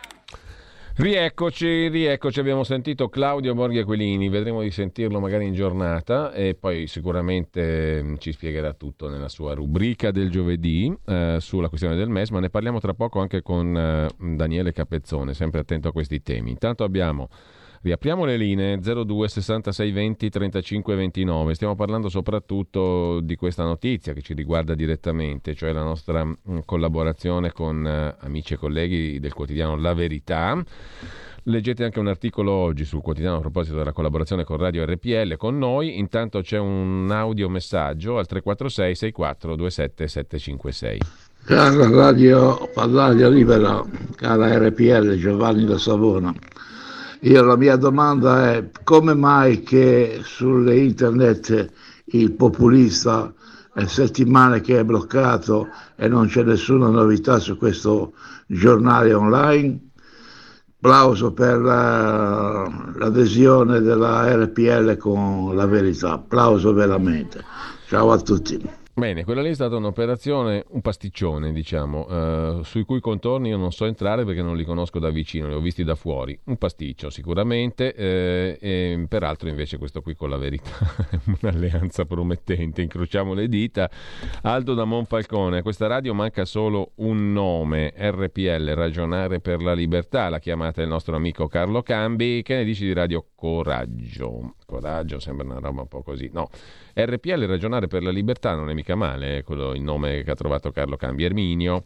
Speaker 2: Rieccoci, rieccoci, abbiamo sentito Claudio Borghi Aquilini, vedremo di sentirlo magari in giornata e poi sicuramente ci spiegherà tutto nella sua rubrica del giovedì eh, sulla questione del M E S, ma ne parliamo tra poco anche con eh, Daniele Capezzone, sempre attento a questi temi. Intanto abbiamo... Riapriamo le linee zero due sessantasei venti trentacinque ventinove. Stiamo parlando soprattutto di questa notizia che ci riguarda direttamente, cioè la nostra mh, collaborazione con eh, amici e colleghi del quotidiano La Verità. Leggete anche un articolo oggi sul quotidiano a proposito della collaborazione con Radio R P L con noi. Intanto c'è un audio messaggio al tre quattro sei sei quattro due sette sette cinque sei.
Speaker 20: Cara Radio Padania Libera, cara R P L, Giovanni da Savona. Io la mia domanda è: come mai che sulle internet il populista è settimane che è bloccato e non c'è nessuna novità su questo giornale online? Applauso per la, l'adesione della R P L con La Verità, applauso veramente. Ciao a tutti.
Speaker 2: Bene, quella lì è stata un'operazione, un pasticcione, diciamo, eh, sui cui contorni io non so entrare perché non li conosco da vicino, li ho visti da fuori. Un pasticcio sicuramente, eh, e peraltro invece questo qui con La Verità è un'alleanza promettente, incrociamo le dita. Aldo da Monfalcone: a questa radio manca solo un nome, R P L, Ragionare per la Libertà, la chiamata il nostro amico Carlo Cambi. Che ne dici di Radio Coraggio? Coraggio sembra una roba un po' così, no. R P L, Ragionare per la Libertà, non è mica male, è quello, il nome che ha trovato Carlo Cambi. Erminio,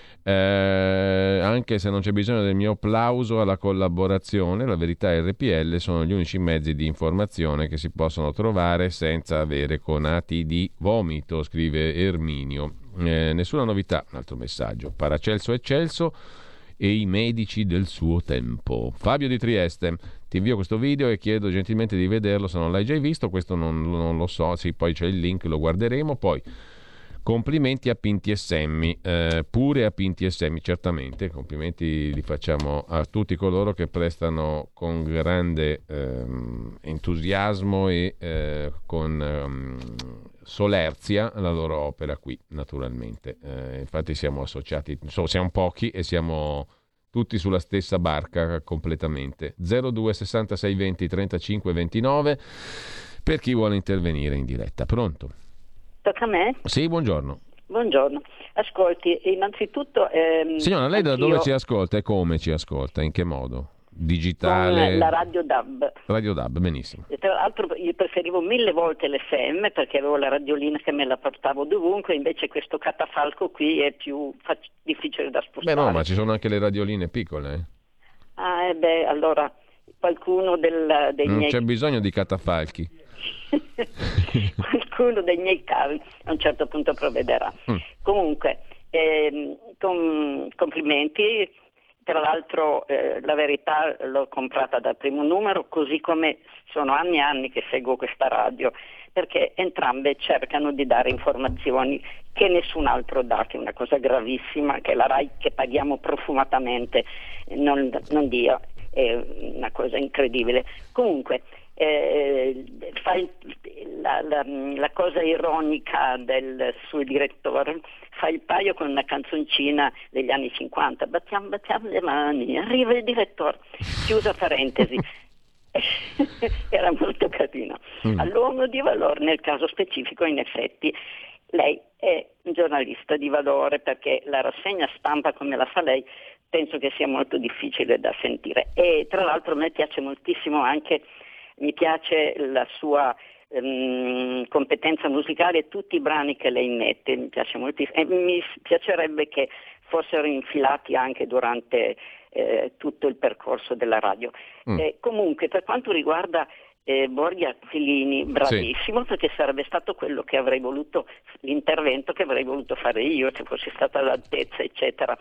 Speaker 2: eh, anche se non c'è bisogno del mio applauso alla collaborazione, La Verità e R P L sono gli unici mezzi di informazione che si possono trovare senza avere conati di vomito, scrive Erminio. Eh, nessuna novità, un altro messaggio. Paracelso Eccelso e i medici del suo tempo. Fabio di Trieste: ti invio questo video e chiedo gentilmente di vederlo se non l'hai già visto. Questo non, non lo so, sì, poi c'è il link, lo guarderemo. Poi complimenti a Pinti e Semmi, eh, pure a Pinti e Semmi, certamente complimenti li facciamo a tutti coloro che prestano con grande ehm, entusiasmo e eh, con ehm, solerzia la loro opera qui, naturalmente. Eh, infatti siamo associati, so, siamo pochi e siamo tutti sulla stessa barca completamente. zero due sessantasei venti trentacinque ventinove per chi vuole intervenire in diretta. Pronto?
Speaker 21: Tocca a me?
Speaker 2: Sì, buongiorno.
Speaker 21: Buongiorno. Ascolti, innanzitutto... Ehm,
Speaker 2: Signora, lei da
Speaker 21: anch'io...
Speaker 2: dove ci ascolta e come ci ascolta? In che modo? Digitale?
Speaker 21: Con la Radio D A B.
Speaker 2: Radio D A B, benissimo.
Speaker 21: E tra l'altro io preferivo mille volte l'F M perché avevo la radiolina che me la portavo dovunque, invece questo catafalco qui è più fac- difficile da spostare.
Speaker 2: Beh no, ma ci sono anche le radioline piccole. Eh?
Speaker 21: Ah, e beh, allora qualcuno del, dei
Speaker 2: non
Speaker 21: miei...
Speaker 2: c'è bisogno di catafalchi.
Speaker 21: Qualcuno dei miei cavi a un certo punto provvederà. Mm. Comunque, ehm, com- complimenti. Tra l'altro eh, La Verità l'ho comprata dal primo numero, così come sono anni e anni che seguo questa radio, perché entrambe cercano di dare informazioni che nessun altro dà, che è una cosa gravissima, che la RAI, che paghiamo profumatamente, non, non dia, è una cosa incredibile. Comunque, eh, fa il, la, la, la cosa ironica del suo direttore fa il paio con una canzoncina degli anni cinquanta, battiamo, battiamo le mani, arriva il direttore, chiusa parentesi. Era molto carino. Mm. All'uomo di valore, nel caso specifico, in effetti lei è un giornalista di valore, perché la rassegna stampa come la fa lei penso che sia molto difficile da sentire. E tra l'altro a me piace moltissimo anche, mi piace la sua um, competenza musicale e tutti i brani che lei mette, mi piace moltissimo, e mi piacerebbe che fossero infilati anche durante eh, tutto il percorso della radio. Mm. Eh, comunque, per quanto riguarda
Speaker 1: eh, Borghi Aquilini, bravissimo, sì. Perché sarebbe stato quello che avrei voluto, l'intervento che avrei voluto fare io, se fossi stata all'altezza, eccetera.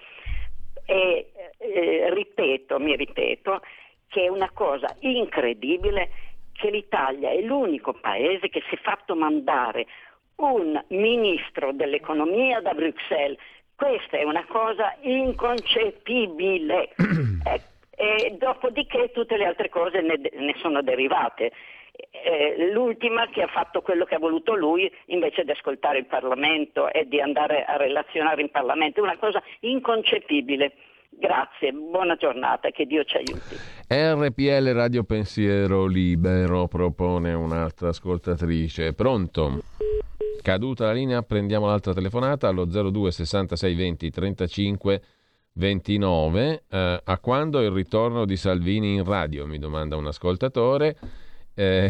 Speaker 1: E eh, ripeto, mi ripeto, che è una cosa incredibile che l'Italia è l'unico paese che si è fatto mandare un ministro dell'economia da Bruxelles. Questa è una cosa inconcepibile. eh, e dopodiché tutte le altre cose ne, ne sono derivate. Eh, l'ultima che ha fatto quello che ha voluto lui invece di ascoltare il Parlamento e di andare a relazionare in Parlamento, è una cosa inconcepibile. Grazie, buona giornata, che Dio ci aiuti.
Speaker 2: R P L Radio Pensiero Libero propone un'altra ascoltatrice. Pronto? Caduta la linea, prendiamo l'altra telefonata allo zero due sessantasei venti trentacinque ventinove. Eh, a quando il ritorno di Salvini in radio? Mi domanda un ascoltatore. Eh,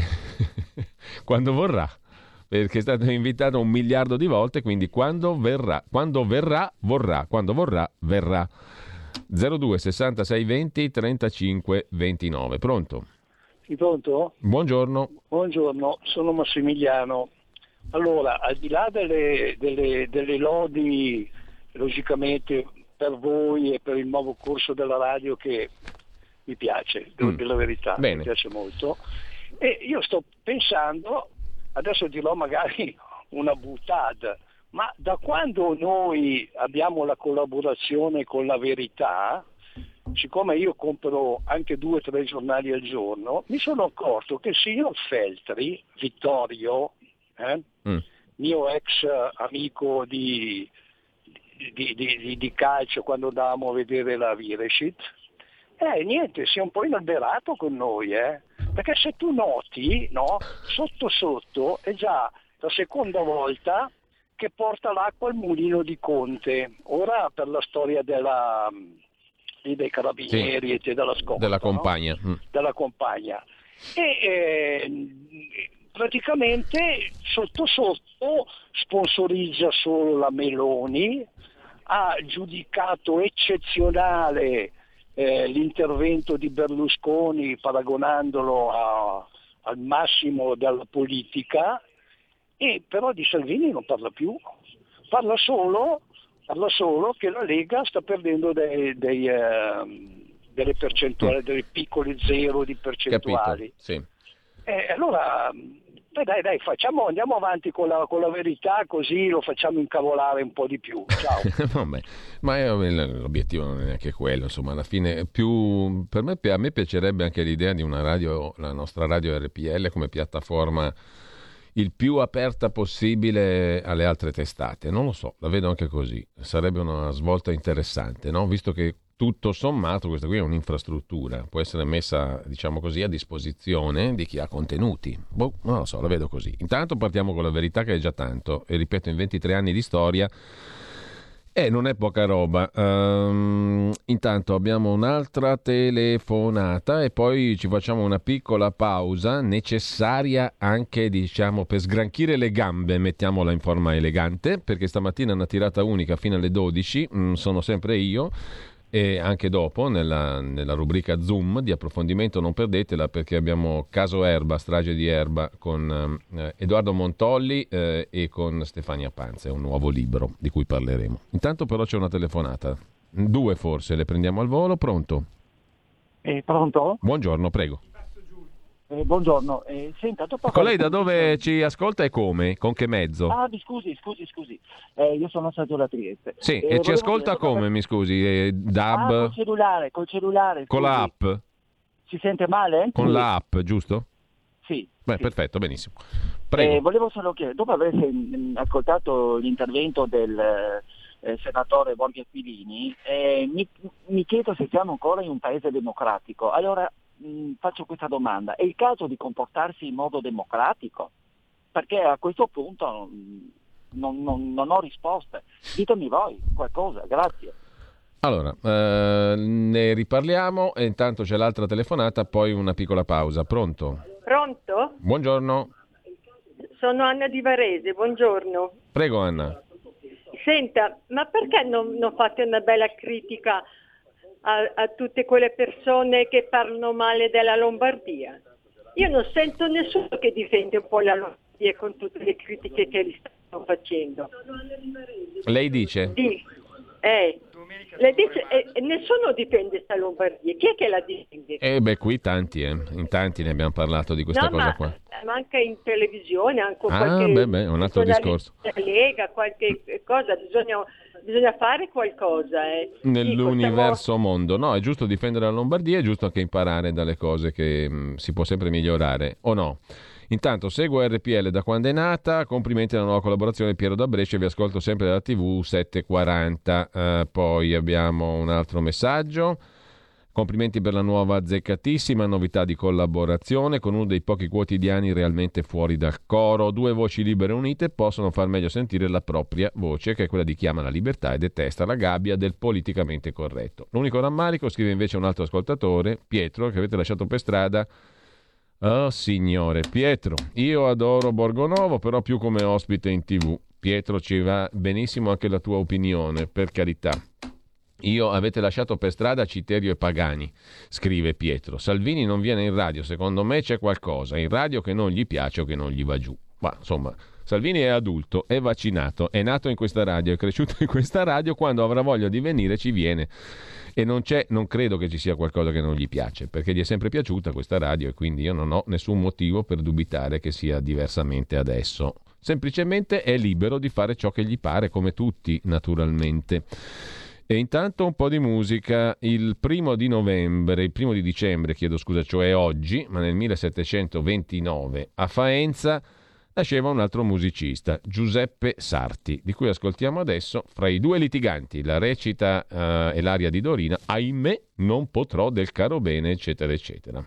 Speaker 2: quando vorrà, perché è stato invitato un miliardo di volte, quindi quando verrà, quando verrà, vorrà, quando vorrà, verrà. zero due sessantasei venti trentacinque ventinove. Pronto?
Speaker 5: Sì, pronto?
Speaker 2: Buongiorno.
Speaker 5: Buongiorno, sono Massimiliano. Allora, al di là delle, delle, delle lodi, logicamente per voi e per il nuovo corso della radio che mi piace, devo mm. dire la verità, Bene. mi piace molto, e io sto pensando, adesso dirò magari una boutade, ma da quando noi abbiamo la collaborazione con La Verità, siccome io compro anche due o tre giornali al giorno, mi sono accorto che il signor Feltri, Vittorio, eh, mm. mio ex amico di, di, di, di, di calcio quando andavamo a vedere la Virescit, eh niente, si è un po' inalberato con noi, eh, perché se tu noti, no, sotto sotto è già la seconda volta che porta l'acqua al mulino di Conte. Ora per la storia della, dei carabinieri sì, e della scorta,
Speaker 2: della compagna,
Speaker 5: no? mm. della compagna. E eh, praticamente sotto sotto sponsorizza solo la Meloni, ha giudicato eccezionale eh, l'intervento di Berlusconi paragonandolo a, al massimo della politica. E però di Salvini non parla più, parla solo, parla solo che la Lega sta perdendo dei, dei, eh, delle percentuali, mm. delle piccole zero di percentuali.
Speaker 2: Capito, sì.
Speaker 5: E allora, dai, dai, dai, facciamo, andiamo avanti con la, con la verità, così lo facciamo incavolare un po' di più. Ciao.
Speaker 2: Vabbè, ma io, l'obiettivo non è neanche quello, insomma, alla fine più per me, a me piacerebbe anche l'idea di una radio, la nostra radio R P L come piattaforma il più aperta possibile alle altre testate. Non lo so, la vedo anche così. Sarebbe una svolta interessante, no? Visto che tutto sommato questa qui è un'infrastruttura, può essere messa, diciamo così, a disposizione di chi ha contenuti. Boh, non lo so, la vedo così. Intanto partiamo con La Verità, che è già tanto, e ripeto, in ventitré anni di storia Eh, non è poca roba. Um, intanto abbiamo un'altra telefonata e poi ci facciamo una piccola pausa necessaria anche, diciamo, per sgranchire le gambe, mettiamola in forma elegante, perché stamattina è una tirata unica fino alle dodici, mm, sono sempre io. E anche dopo nella, nella rubrica Zoom di approfondimento non perdetela, perché abbiamo Caso Erba, strage di Erba con eh, Edoardo Montolli eh, e con Stefania Panza, è un nuovo libro di cui parleremo. Intanto però c'è una telefonata, due forse, le prendiamo al volo. Pronto?
Speaker 22: Eh, pronto?
Speaker 2: Buongiorno, prego.
Speaker 22: Eh, buongiorno, eh, senta, dopo
Speaker 2: con lei da dove ci ascolta e come? Con che mezzo?
Speaker 22: Ah, mi scusi, scusi, scusi, eh, io sono stato da Trieste.
Speaker 2: Sì,
Speaker 22: eh,
Speaker 2: e ci ascolta dire, come, mi scusi? Eh, D A B?
Speaker 22: Ah, col cellulare, col cellulare.
Speaker 2: Con
Speaker 22: scusi.
Speaker 2: la app?
Speaker 22: Si sente male?
Speaker 2: Con
Speaker 22: sì.
Speaker 2: la app, giusto?
Speaker 22: Sì.
Speaker 2: Beh,
Speaker 22: sì.
Speaker 2: Perfetto, benissimo. Prego.
Speaker 22: Eh, volevo solo chiedere, dopo aver ascoltato l'intervento del eh, senatore Borghi Aquilini, eh, mi, mi chiedo se siamo ancora in un paese democratico. Allora, faccio questa domanda: è il caso di comportarsi in modo democratico? Perché a questo punto non, non, non ho risposte. Ditemi voi qualcosa, grazie.
Speaker 2: Allora, eh, ne riparliamo e intanto c'è l'altra telefonata, poi una piccola pausa. Pronto?
Speaker 23: Pronto?
Speaker 2: Buongiorno.
Speaker 23: Sono Anna di Varese, buongiorno.
Speaker 2: Prego Anna.
Speaker 23: Senta, ma perché non, non fate una bella critica A, a tutte quelle persone che parlano male della Lombardia? io non sento nessuno che difende un po' la Lombardia con tutte le critiche che gli stanno facendo.
Speaker 2: Lei dice?
Speaker 23: Di, eh, lei dice eh, nessuno difende sta Lombardia. Chi è che la difende?
Speaker 2: Eh beh, qui tanti, eh. in tanti ne abbiamo parlato di questa
Speaker 23: no,
Speaker 2: cosa
Speaker 23: ma,
Speaker 2: qua.
Speaker 23: ma anche in televisione, anche
Speaker 2: Ah,
Speaker 23: qualche
Speaker 2: beh, beh, è un altro discorso.
Speaker 23: Lega, qualche cosa, bisogna, bisogna fare qualcosa. Eh.
Speaker 2: Nell'universo
Speaker 23: Dico,
Speaker 2: mondo, no, è giusto difendere la Lombardia, è giusto anche imparare dalle cose che mh, si può sempre migliorare, o no? Intanto seguo R P L da quando è nata, complimenti alla nuova collaborazione, Piero da Brescia, vi ascolto sempre dalla tivù sette e quaranta. Uh, poi abbiamo un altro messaggio, complimenti per la nuova azzeccatissima novità di collaborazione con uno dei pochi quotidiani realmente fuori dal coro. Due voci libere unite possono far meglio sentire la propria voce, che è quella di chi ama la libertà e detesta la gabbia del politicamente corretto. L'unico rammarico, scrive invece un altro ascoltatore, Pietro, che avete lasciato per strada. Oh signore, Pietro, io adoro Borgonovo, però più come ospite in tivù. Pietro, ci va benissimo anche la tua opinione, per carità. Io avete lasciato per strada Citerio e Pagani, scrive Pietro. Salvini non viene in radio, secondo me c'è qualcosa in radio che non gli piace o che non gli va giù. Ma insomma, Salvini è adulto, è vaccinato, è nato in questa radio, è cresciuto in questa radio, quando avrà voglia di venire ci viene. E non c'è, non credo che ci sia qualcosa che non gli piace, perché gli è sempre piaciuta questa radio e quindi io non ho nessun motivo per dubitare che sia diversamente adesso. Semplicemente è libero di fare ciò che gli pare, come tutti, naturalmente. E intanto un po' di musica. Il primo di novembre, il primo di dicembre, chiedo scusa, cioè oggi, ma nel millesettecentoventinove a Faenza nasceva un altro musicista, Giuseppe Sarti, di cui ascoltiamo adesso, fra i due litiganti, la recita uh, e l'aria di Dorina, ahimè non potrò del caro bene, eccetera, eccetera.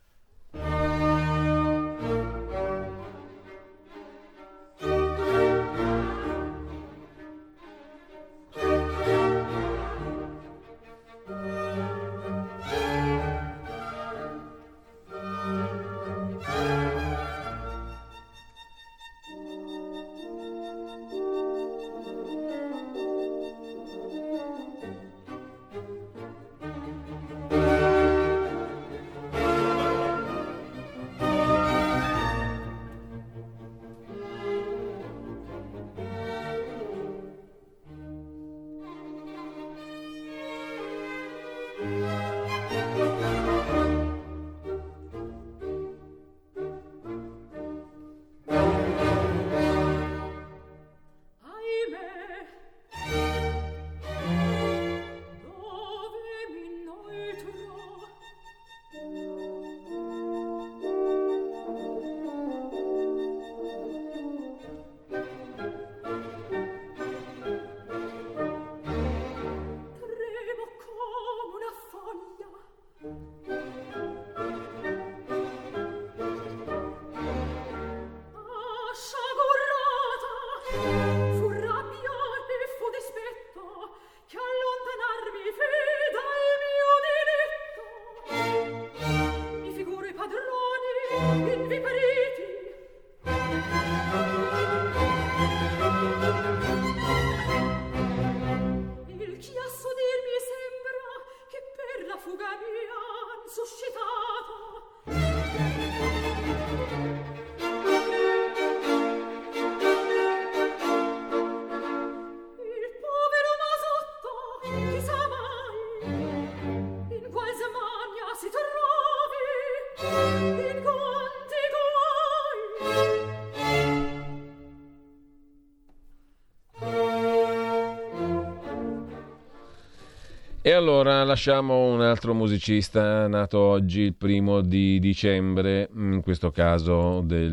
Speaker 2: E allora lasciamo un altro musicista nato oggi, il primo di dicembre, in questo caso del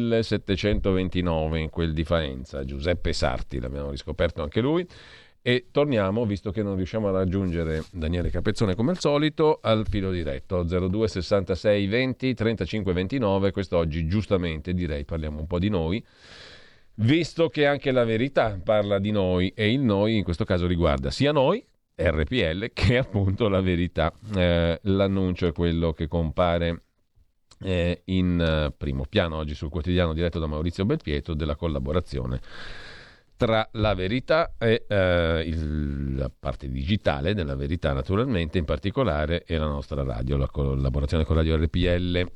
Speaker 2: millesettecentoventinove, in quel di Faenza, Giuseppe Sarti, l'abbiamo riscoperto anche lui. E torniamo, visto che non riusciamo a raggiungere Daniele Capezzone come al solito, al filo diretto zero due sessantasei venti trentacinque ventinove. Quest'oggi giustamente direi parliamo un po' di noi, visto che anche La Verità parla di noi, e il noi in questo caso riguarda sia noi, R P L, che appunto La Verità. Eh, l'annuncio è quello che compare eh, in uh, primo piano oggi sul quotidiano diretto da Maurizio Belpietro, della collaborazione Nostra La Verità e eh, il, la parte digitale della Verità, naturalmente, in particolare, e la nostra radio, la collaborazione con Radio R P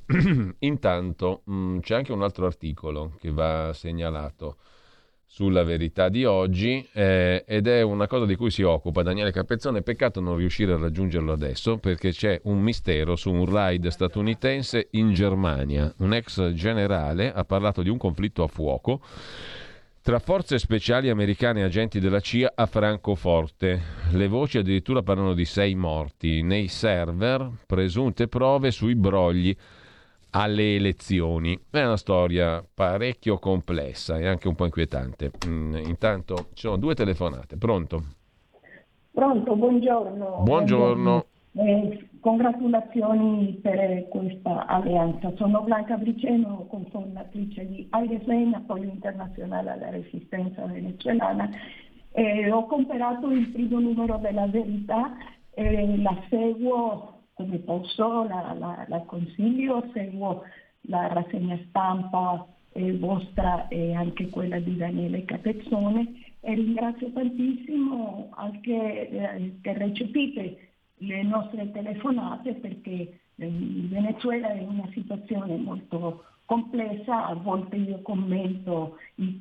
Speaker 2: L. Intanto mh, c'è anche un altro articolo che va segnalato sulla Verità di oggi eh, ed è una cosa di cui si occupa Daniele Capezzone. Peccato non riuscire a raggiungerlo adesso, perché c'è un mistero su un raid statunitense in Germania. Un ex generale ha parlato di un conflitto a fuoco tra forze speciali americane e agenti della C I A a Francoforte. Le voci addirittura parlano di sei morti nei server, presunte prove sui brogli alle elezioni. È una storia parecchio complessa e anche un po' inquietante. Mm, intanto ci sono due telefonate. Pronto?
Speaker 3: Pronto, buongiorno.
Speaker 2: Buongiorno.
Speaker 3: Eh, congratulazioni per questa alleanza. Sono Blanca Briceno, cofondatrice di Airesven, appoggio internazionale alla resistenza venezuelana. Eh, ho comprato il primo numero della Verità, eh, la seguo come posso, la, la, la consiglio, seguo la rassegna stampa eh, vostra e anche quella di Daniele Capezzone e ringrazio tantissimo anche eh, che recepite le nostre telefonate, perché eh, il Venezuela è una situazione molto complessa. A volte io commento i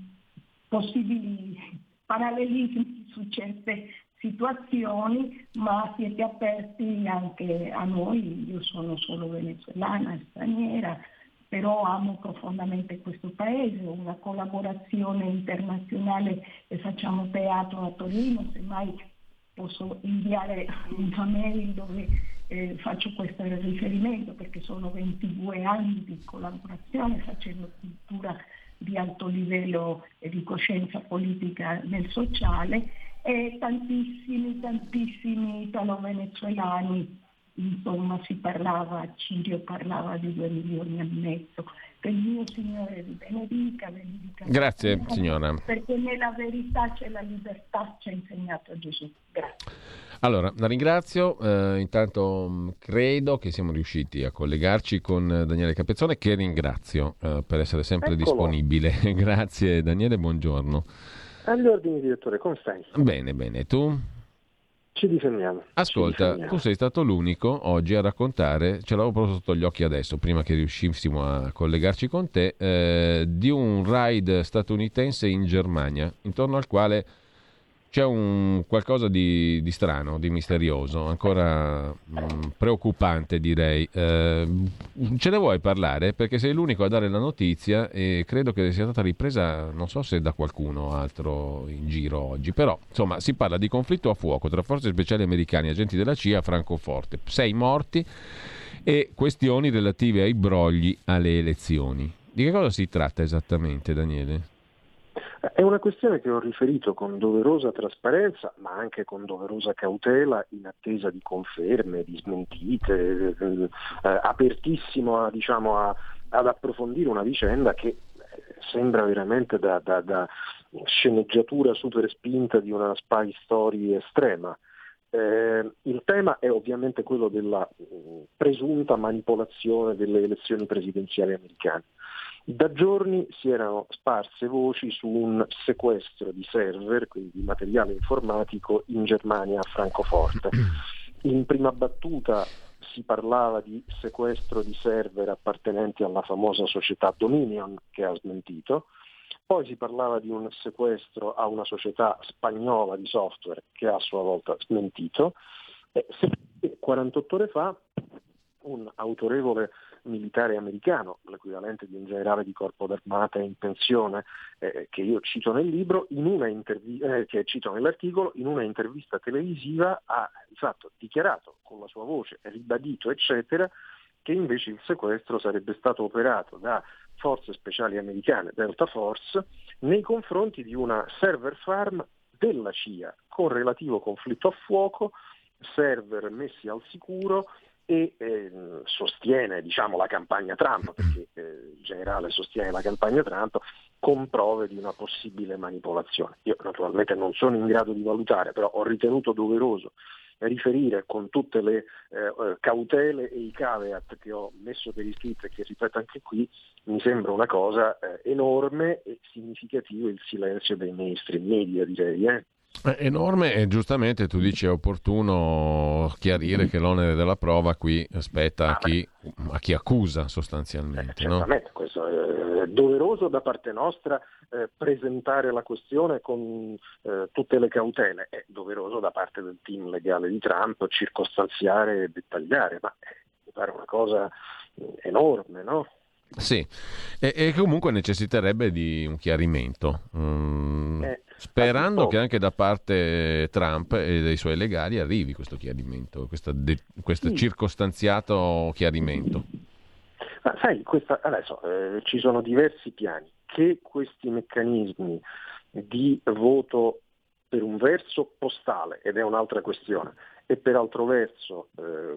Speaker 3: possibili parallelismi su certe situazioni, ma siete aperti anche a noi. Io sono solo venezuelana, straniera, però amo profondamente questo paese, una collaborazione internazionale e facciamo teatro a Torino, semmai posso inviare una mail dove eh, faccio questo riferimento, perché sono ventidue anni di collaborazione facendo cultura di alto livello e di coscienza politica nel sociale, e tantissimi, tantissimi italo-venezuelani, insomma si parlava, Cirio parlava di due milioni e mezzo. Che il mio Signore vi benedica, benedica.
Speaker 2: Grazie signora.
Speaker 3: Perché nella verità c'è la libertà, ci ha insegnato Gesù. Grazie.
Speaker 2: Allora, la ringrazio. Eh, intanto mh, credo che siamo riusciti a collegarci con Daniele Capezzone, che ringrazio eh, per essere sempre
Speaker 4: Eccolo.
Speaker 2: disponibile. Grazie Daniele, buongiorno.
Speaker 4: Agli ordini, direttore, come stai?
Speaker 2: Bene, bene, tu?
Speaker 4: Ci difendiamo.
Speaker 2: Ascolta,
Speaker 4: ci difendiamo.
Speaker 2: Tu sei stato l'unico oggi a raccontare, ce l'avevo proprio sotto gli occhi adesso, prima che riuscissimo a collegarci con te, eh, di un raid statunitense in Germania, intorno al quale c'è un qualcosa di, di strano, di misterioso, ancora mh, preoccupante direi. Eh, ce ne vuoi parlare? Perché sei l'unico a dare la notizia e credo che sia stata ripresa, non so se da qualcuno altro in giro oggi, però insomma si parla di conflitto a fuoco tra forze speciali americane e agenti della C I A a Francoforte, sei morti e questioni relative ai brogli alle elezioni. Di che cosa si tratta esattamente, Daniele?
Speaker 4: È una questione che ho riferito con doverosa trasparenza, ma anche con doverosa cautela, in attesa di conferme, di smentite, eh, apertissimo a, diciamo, a, ad approfondire una vicenda che eh, sembra veramente da, da, da sceneggiatura super spinta di una spy story estrema. Eh, il tema è ovviamente quello della mh, presunta manipolazione delle elezioni presidenziali americane. Da giorni si erano sparse voci su un sequestro di server, quindi di materiale informatico, in Germania a Francoforte. In prima battuta si parlava di sequestro di server appartenenti alla famosa società Dominion, che ha smentito. Poi si parlava di un sequestro a una società spagnola di software, che ha a sua volta smentito. E quarantotto ore fa un autorevole militare americano, l'equivalente di un generale di corpo d'armata in pensione, eh, che io cito nel libro, in una intervi- eh, che cito nell'articolo, in una intervista televisiva ha di fatto dichiarato con la sua voce, ribadito eccetera, che invece il sequestro sarebbe stato operato da forze speciali americane, Delta Force, nei confronti di una server farm della C I A con relativo conflitto a fuoco, server messi al sicuro, e eh, sostiene, diciamo, la campagna Trump, perché eh, il generale sostiene la campagna Trump con prove di una possibile manipolazione. Io naturalmente non sono in grado di valutare, però ho ritenuto doveroso riferire con tutte le eh, cautele e i caveat che ho messo per iscritto e che ripeto anche qui, mi sembra una cosa eh, enorme e significativo il silenzio dei mainstream media, direi. Eh.
Speaker 2: È enorme e giustamente tu dici è opportuno chiarire che l'onere della prova qui spetta a chi, a chi accusa sostanzialmente.
Speaker 4: Eh, certamente, no? Questo è doveroso da parte nostra eh, presentare la questione con eh, tutte le cautele, è doveroso da parte del team legale di Trump circostanziare e dettagliare, ma eh, mi pare una cosa enorme, no?
Speaker 2: Sì, e, e comunque necessiterebbe di un chiarimento, mm, eh, sperando che anche da parte Trump e dei suoi legali arrivi questo chiarimento, questa de, questo sì. circostanziato chiarimento.
Speaker 4: Ma sai, questa, adesso eh, ci sono diversi piani, che questi meccanismi di voto per un verso postale, ed è un'altra questione, e per altro verso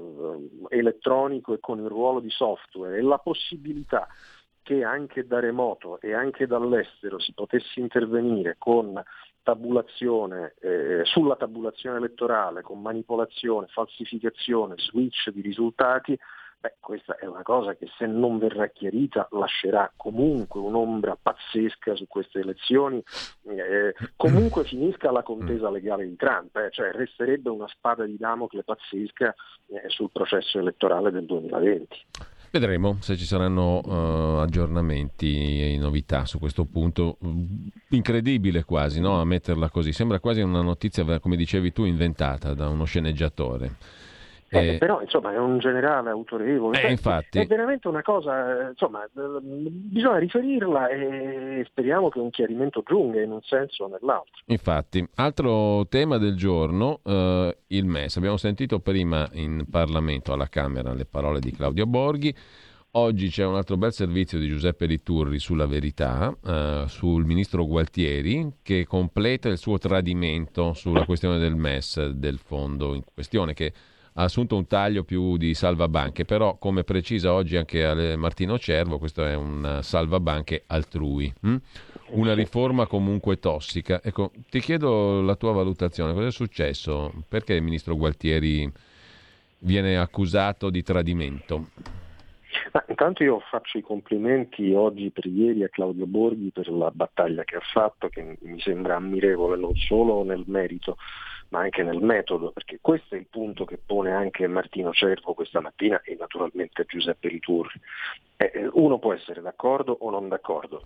Speaker 4: eh, elettronico e con il ruolo di software, e la possibilità che anche da remoto e anche dall'estero si potesse intervenire con tabulazione, eh, sulla tabulazione elettorale, con manipolazione, falsificazione, switch di risultati, beh, questa è una cosa che se non verrà chiarita lascerà comunque un'ombra pazzesca su queste elezioni, eh, comunque finisca la contesa legale di Trump, eh, cioè resterebbe una spada di Damocle pazzesca eh, sul processo elettorale del duemilaventi.
Speaker 2: Vedremo se ci saranno uh, aggiornamenti e novità su questo punto. Incredibile quasi, no? A metterla così. Sembra quasi una notizia, come dicevi tu, inventata da uno sceneggiatore.
Speaker 4: Eh, eh, però insomma è un generale autorevole,
Speaker 2: eh,
Speaker 4: cioè,
Speaker 2: infatti.
Speaker 4: È veramente una cosa, insomma, bisogna riferirla e speriamo che un chiarimento giunga in un senso o nell'altro.
Speaker 2: Infatti, altro tema del giorno, eh, il M E S. Abbiamo sentito prima in Parlamento alla Camera le parole di Claudio Borghi. Oggi c'è un altro bel servizio di Giuseppe Liturri sulla Verità, eh, sul ministro Gualtieri, che completa il suo tradimento sulla questione del M E S, del fondo in questione, che ha assunto un taglio più di salvabanche, però come precisa oggi anche Martino Cervo, questo è un salvabanche altrui, hm? Una riforma comunque tossica. Ecco, ti chiedo la tua valutazione, cosa è successo? Perché il ministro Gualtieri viene accusato di tradimento?
Speaker 4: Ma intanto io faccio i complimenti oggi per ieri a Claudio Borghi per la battaglia che ha fatto, che mi sembra ammirevole non solo nel merito ma anche nel metodo, perché questo è il punto che pone anche Martino Cervo questa mattina e naturalmente Giuseppe Liturri. Eh, uno può essere d'accordo o non d'accordo.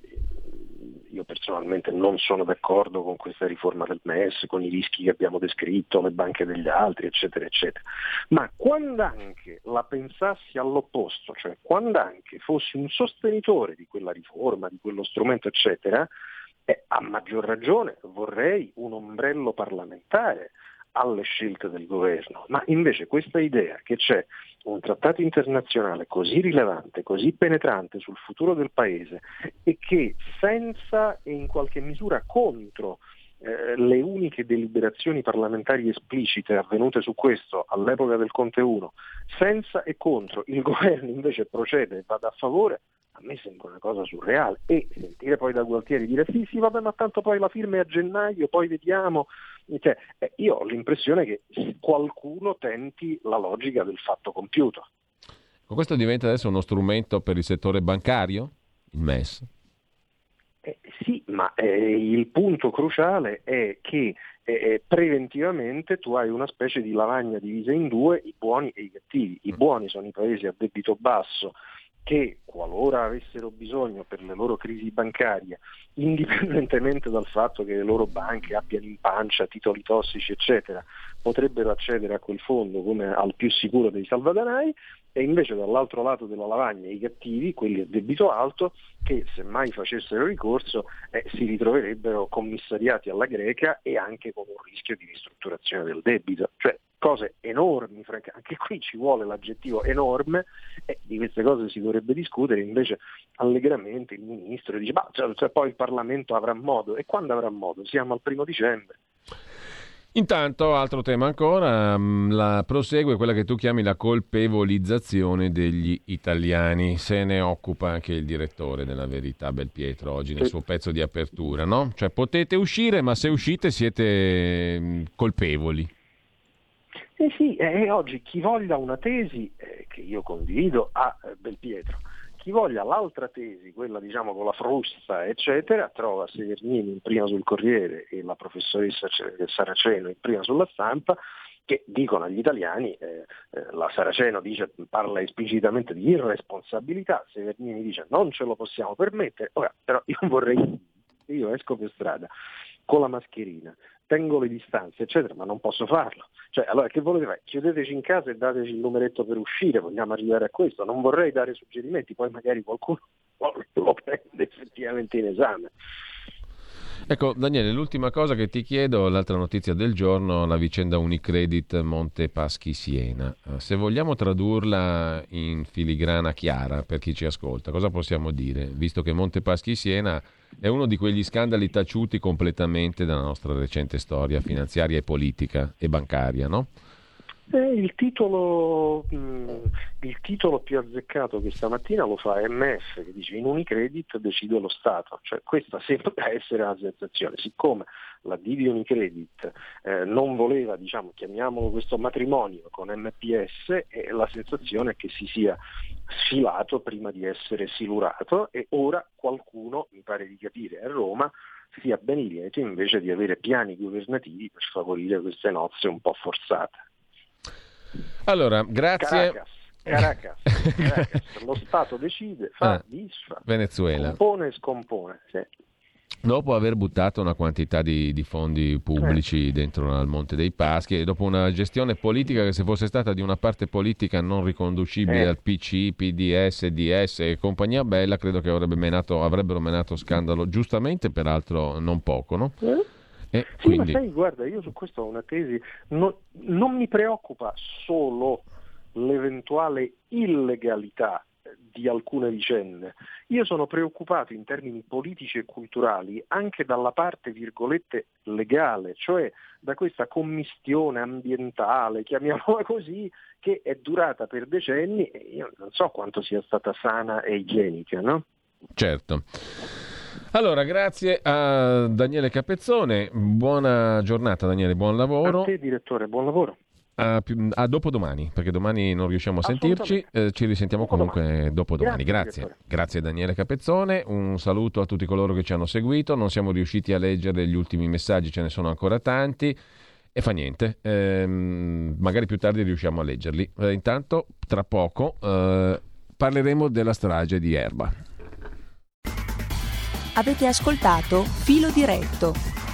Speaker 4: Io personalmente non sono d'accordo con questa riforma del M E S, con i rischi che abbiamo descritto, le banche degli altri, eccetera, eccetera. Ma quando anche la pensassi all'opposto, cioè quando anche fossi un sostenitore di quella riforma, di quello strumento, eccetera, eh, a maggior ragione vorrei un ombrello parlamentare alle scelte del governo, ma invece questa idea che c'è un trattato internazionale così rilevante, così penetrante sul futuro del paese e che senza e in qualche misura contro eh, le uniche deliberazioni parlamentari esplicite avvenute su questo all'epoca del Conte uno, senza e contro il governo invece procede e vada a favore, a me sembra una cosa surreale. E sentire poi da Gualtieri dire sì sì vabbè ma tanto poi la firma è a gennaio, poi vediamo, cioè, eh, io ho l'impressione che qualcuno tenti la logica del fatto compiuto.
Speaker 2: Questo diventa adesso uno strumento per il settore bancario, il M E S?
Speaker 4: Eh, sì, ma eh, il punto cruciale è che eh, preventivamente tu hai una specie di lavagna divisa in due, i buoni e i cattivi. I buoni sono i paesi a debito basso che qualora avessero bisogno per le loro crisi bancarie, indipendentemente dal fatto che le loro banche abbiano in pancia titoli tossici eccetera, potrebbero accedere a quel fondo come al più sicuro dei salvadanai, e invece dall'altro lato della lavagna i cattivi, quelli a debito alto, che se mai facessero ricorso eh, si ritroverebbero commissariati alla greca e anche con un rischio di ristrutturazione del debito, cioè cose enormi, francamente. Anche qui ci vuole l'aggettivo enorme e di queste cose si dovrebbe discutere, invece allegramente il ministro dice ma cioè, cioè, poi il Parlamento avrà modo, e quando avrà modo? Siamo al primo dicembre.
Speaker 2: Intanto, altro tema ancora, la prosegue quella che tu chiami la colpevolizzazione degli italiani. Se ne occupa anche il direttore della Verità, Belpietro, oggi nel suo pezzo di apertura, no? Cioè potete uscire, ma se uscite siete colpevoli.
Speaker 4: Eh sì, e oggi chi voglia una tesi, eh, che io condivido, ha eh, Belpietro. Chi voglia l'altra tesi, quella diciamo con la frusta, eccetera, trova Severnini in prima sul Corriere e la professoressa Saraceno in prima sulla Stampa, che dicono agli italiani, eh, eh, la Saraceno dice, parla esplicitamente di irresponsabilità, Severnini dice non ce lo possiamo permettere. Ora, però io vorrei, io esco per strada con la mascherina, tengo le distanze, eccetera, ma non posso farlo. Cioè, allora che volete fare? Chiudeteci in casa e dateci il numeretto per uscire, vogliamo arrivare a questo. Non vorrei dare suggerimenti, poi magari qualcuno lo prende effettivamente in esame.
Speaker 2: Ecco, Daniele, l'ultima cosa che ti chiedo, l'altra notizia del giorno, la vicenda Unicredit Monte Paschi Siena. Se vogliamo tradurla in filigrana chiara per chi ci ascolta, cosa possiamo dire? Visto che Monte Paschi Siena è uno di quegli scandali taciuti completamente dalla nostra recente storia finanziaria e politica e bancaria, no?
Speaker 4: Eh, il, titolo, mh, il titolo più azzeccato che stamattina lo fa M F, che dice in Unicredit decide lo Stato, cioè questa sembra essere una sensazione, siccome la D di Unicredit eh, non voleva, diciamo, chiamiamolo questo matrimonio con M P S, e la sensazione è che si sia sfilato prima di essere silurato, e ora qualcuno, mi pare di capire a Roma, sia ben lieto invece di avere piani governativi per favorire queste nozze un po' forzate.
Speaker 2: Allora, grazie.
Speaker 4: Caracas, Caracas, Caracas. Lo Stato decide, fa,
Speaker 2: ah,
Speaker 4: disfa,
Speaker 2: Venezuela.
Speaker 4: compone e scompone. Sì.
Speaker 2: Dopo aver buttato una quantità di, di fondi pubblici eh. dentro al Monte dei Paschi, e dopo una gestione politica che, se fosse stata di una parte politica non riconducibile eh. al P C, P D S, D S e compagnia bella, credo che avrebbe menato, avrebbero menato scandalo, giustamente peraltro non poco, no?
Speaker 4: Eh.
Speaker 2: E
Speaker 4: sì,
Speaker 2: quindi...
Speaker 4: ma sai, guarda, io su questo ho una tesi, non, non mi preoccupa solo l'eventuale illegalità di alcune vicende, io sono preoccupato in termini politici e culturali anche dalla parte, virgolette, legale, cioè da questa commistione ambientale, chiamiamola così, che è durata per decenni e io non so quanto sia stata sana e igienica, no?
Speaker 2: Certo. Allora, grazie a Daniele Capezzone, buona giornata Daniele, buon lavoro.
Speaker 4: A te direttore, buon lavoro.
Speaker 2: A, a dopodomani, perché domani non riusciamo a sentirci, eh, ci risentiamo comunque dopodomani. Grazie, grazie. Grazie Daniele Capezzone, un saluto a tutti coloro che ci hanno seguito, non siamo riusciti a leggere gli ultimi messaggi, ce ne sono ancora tanti e fa niente, ehm, magari più tardi riusciamo a leggerli. Eh, intanto, tra poco, eh, parleremo della strage di Erba.
Speaker 6: Avete ascoltato Filo Diretto,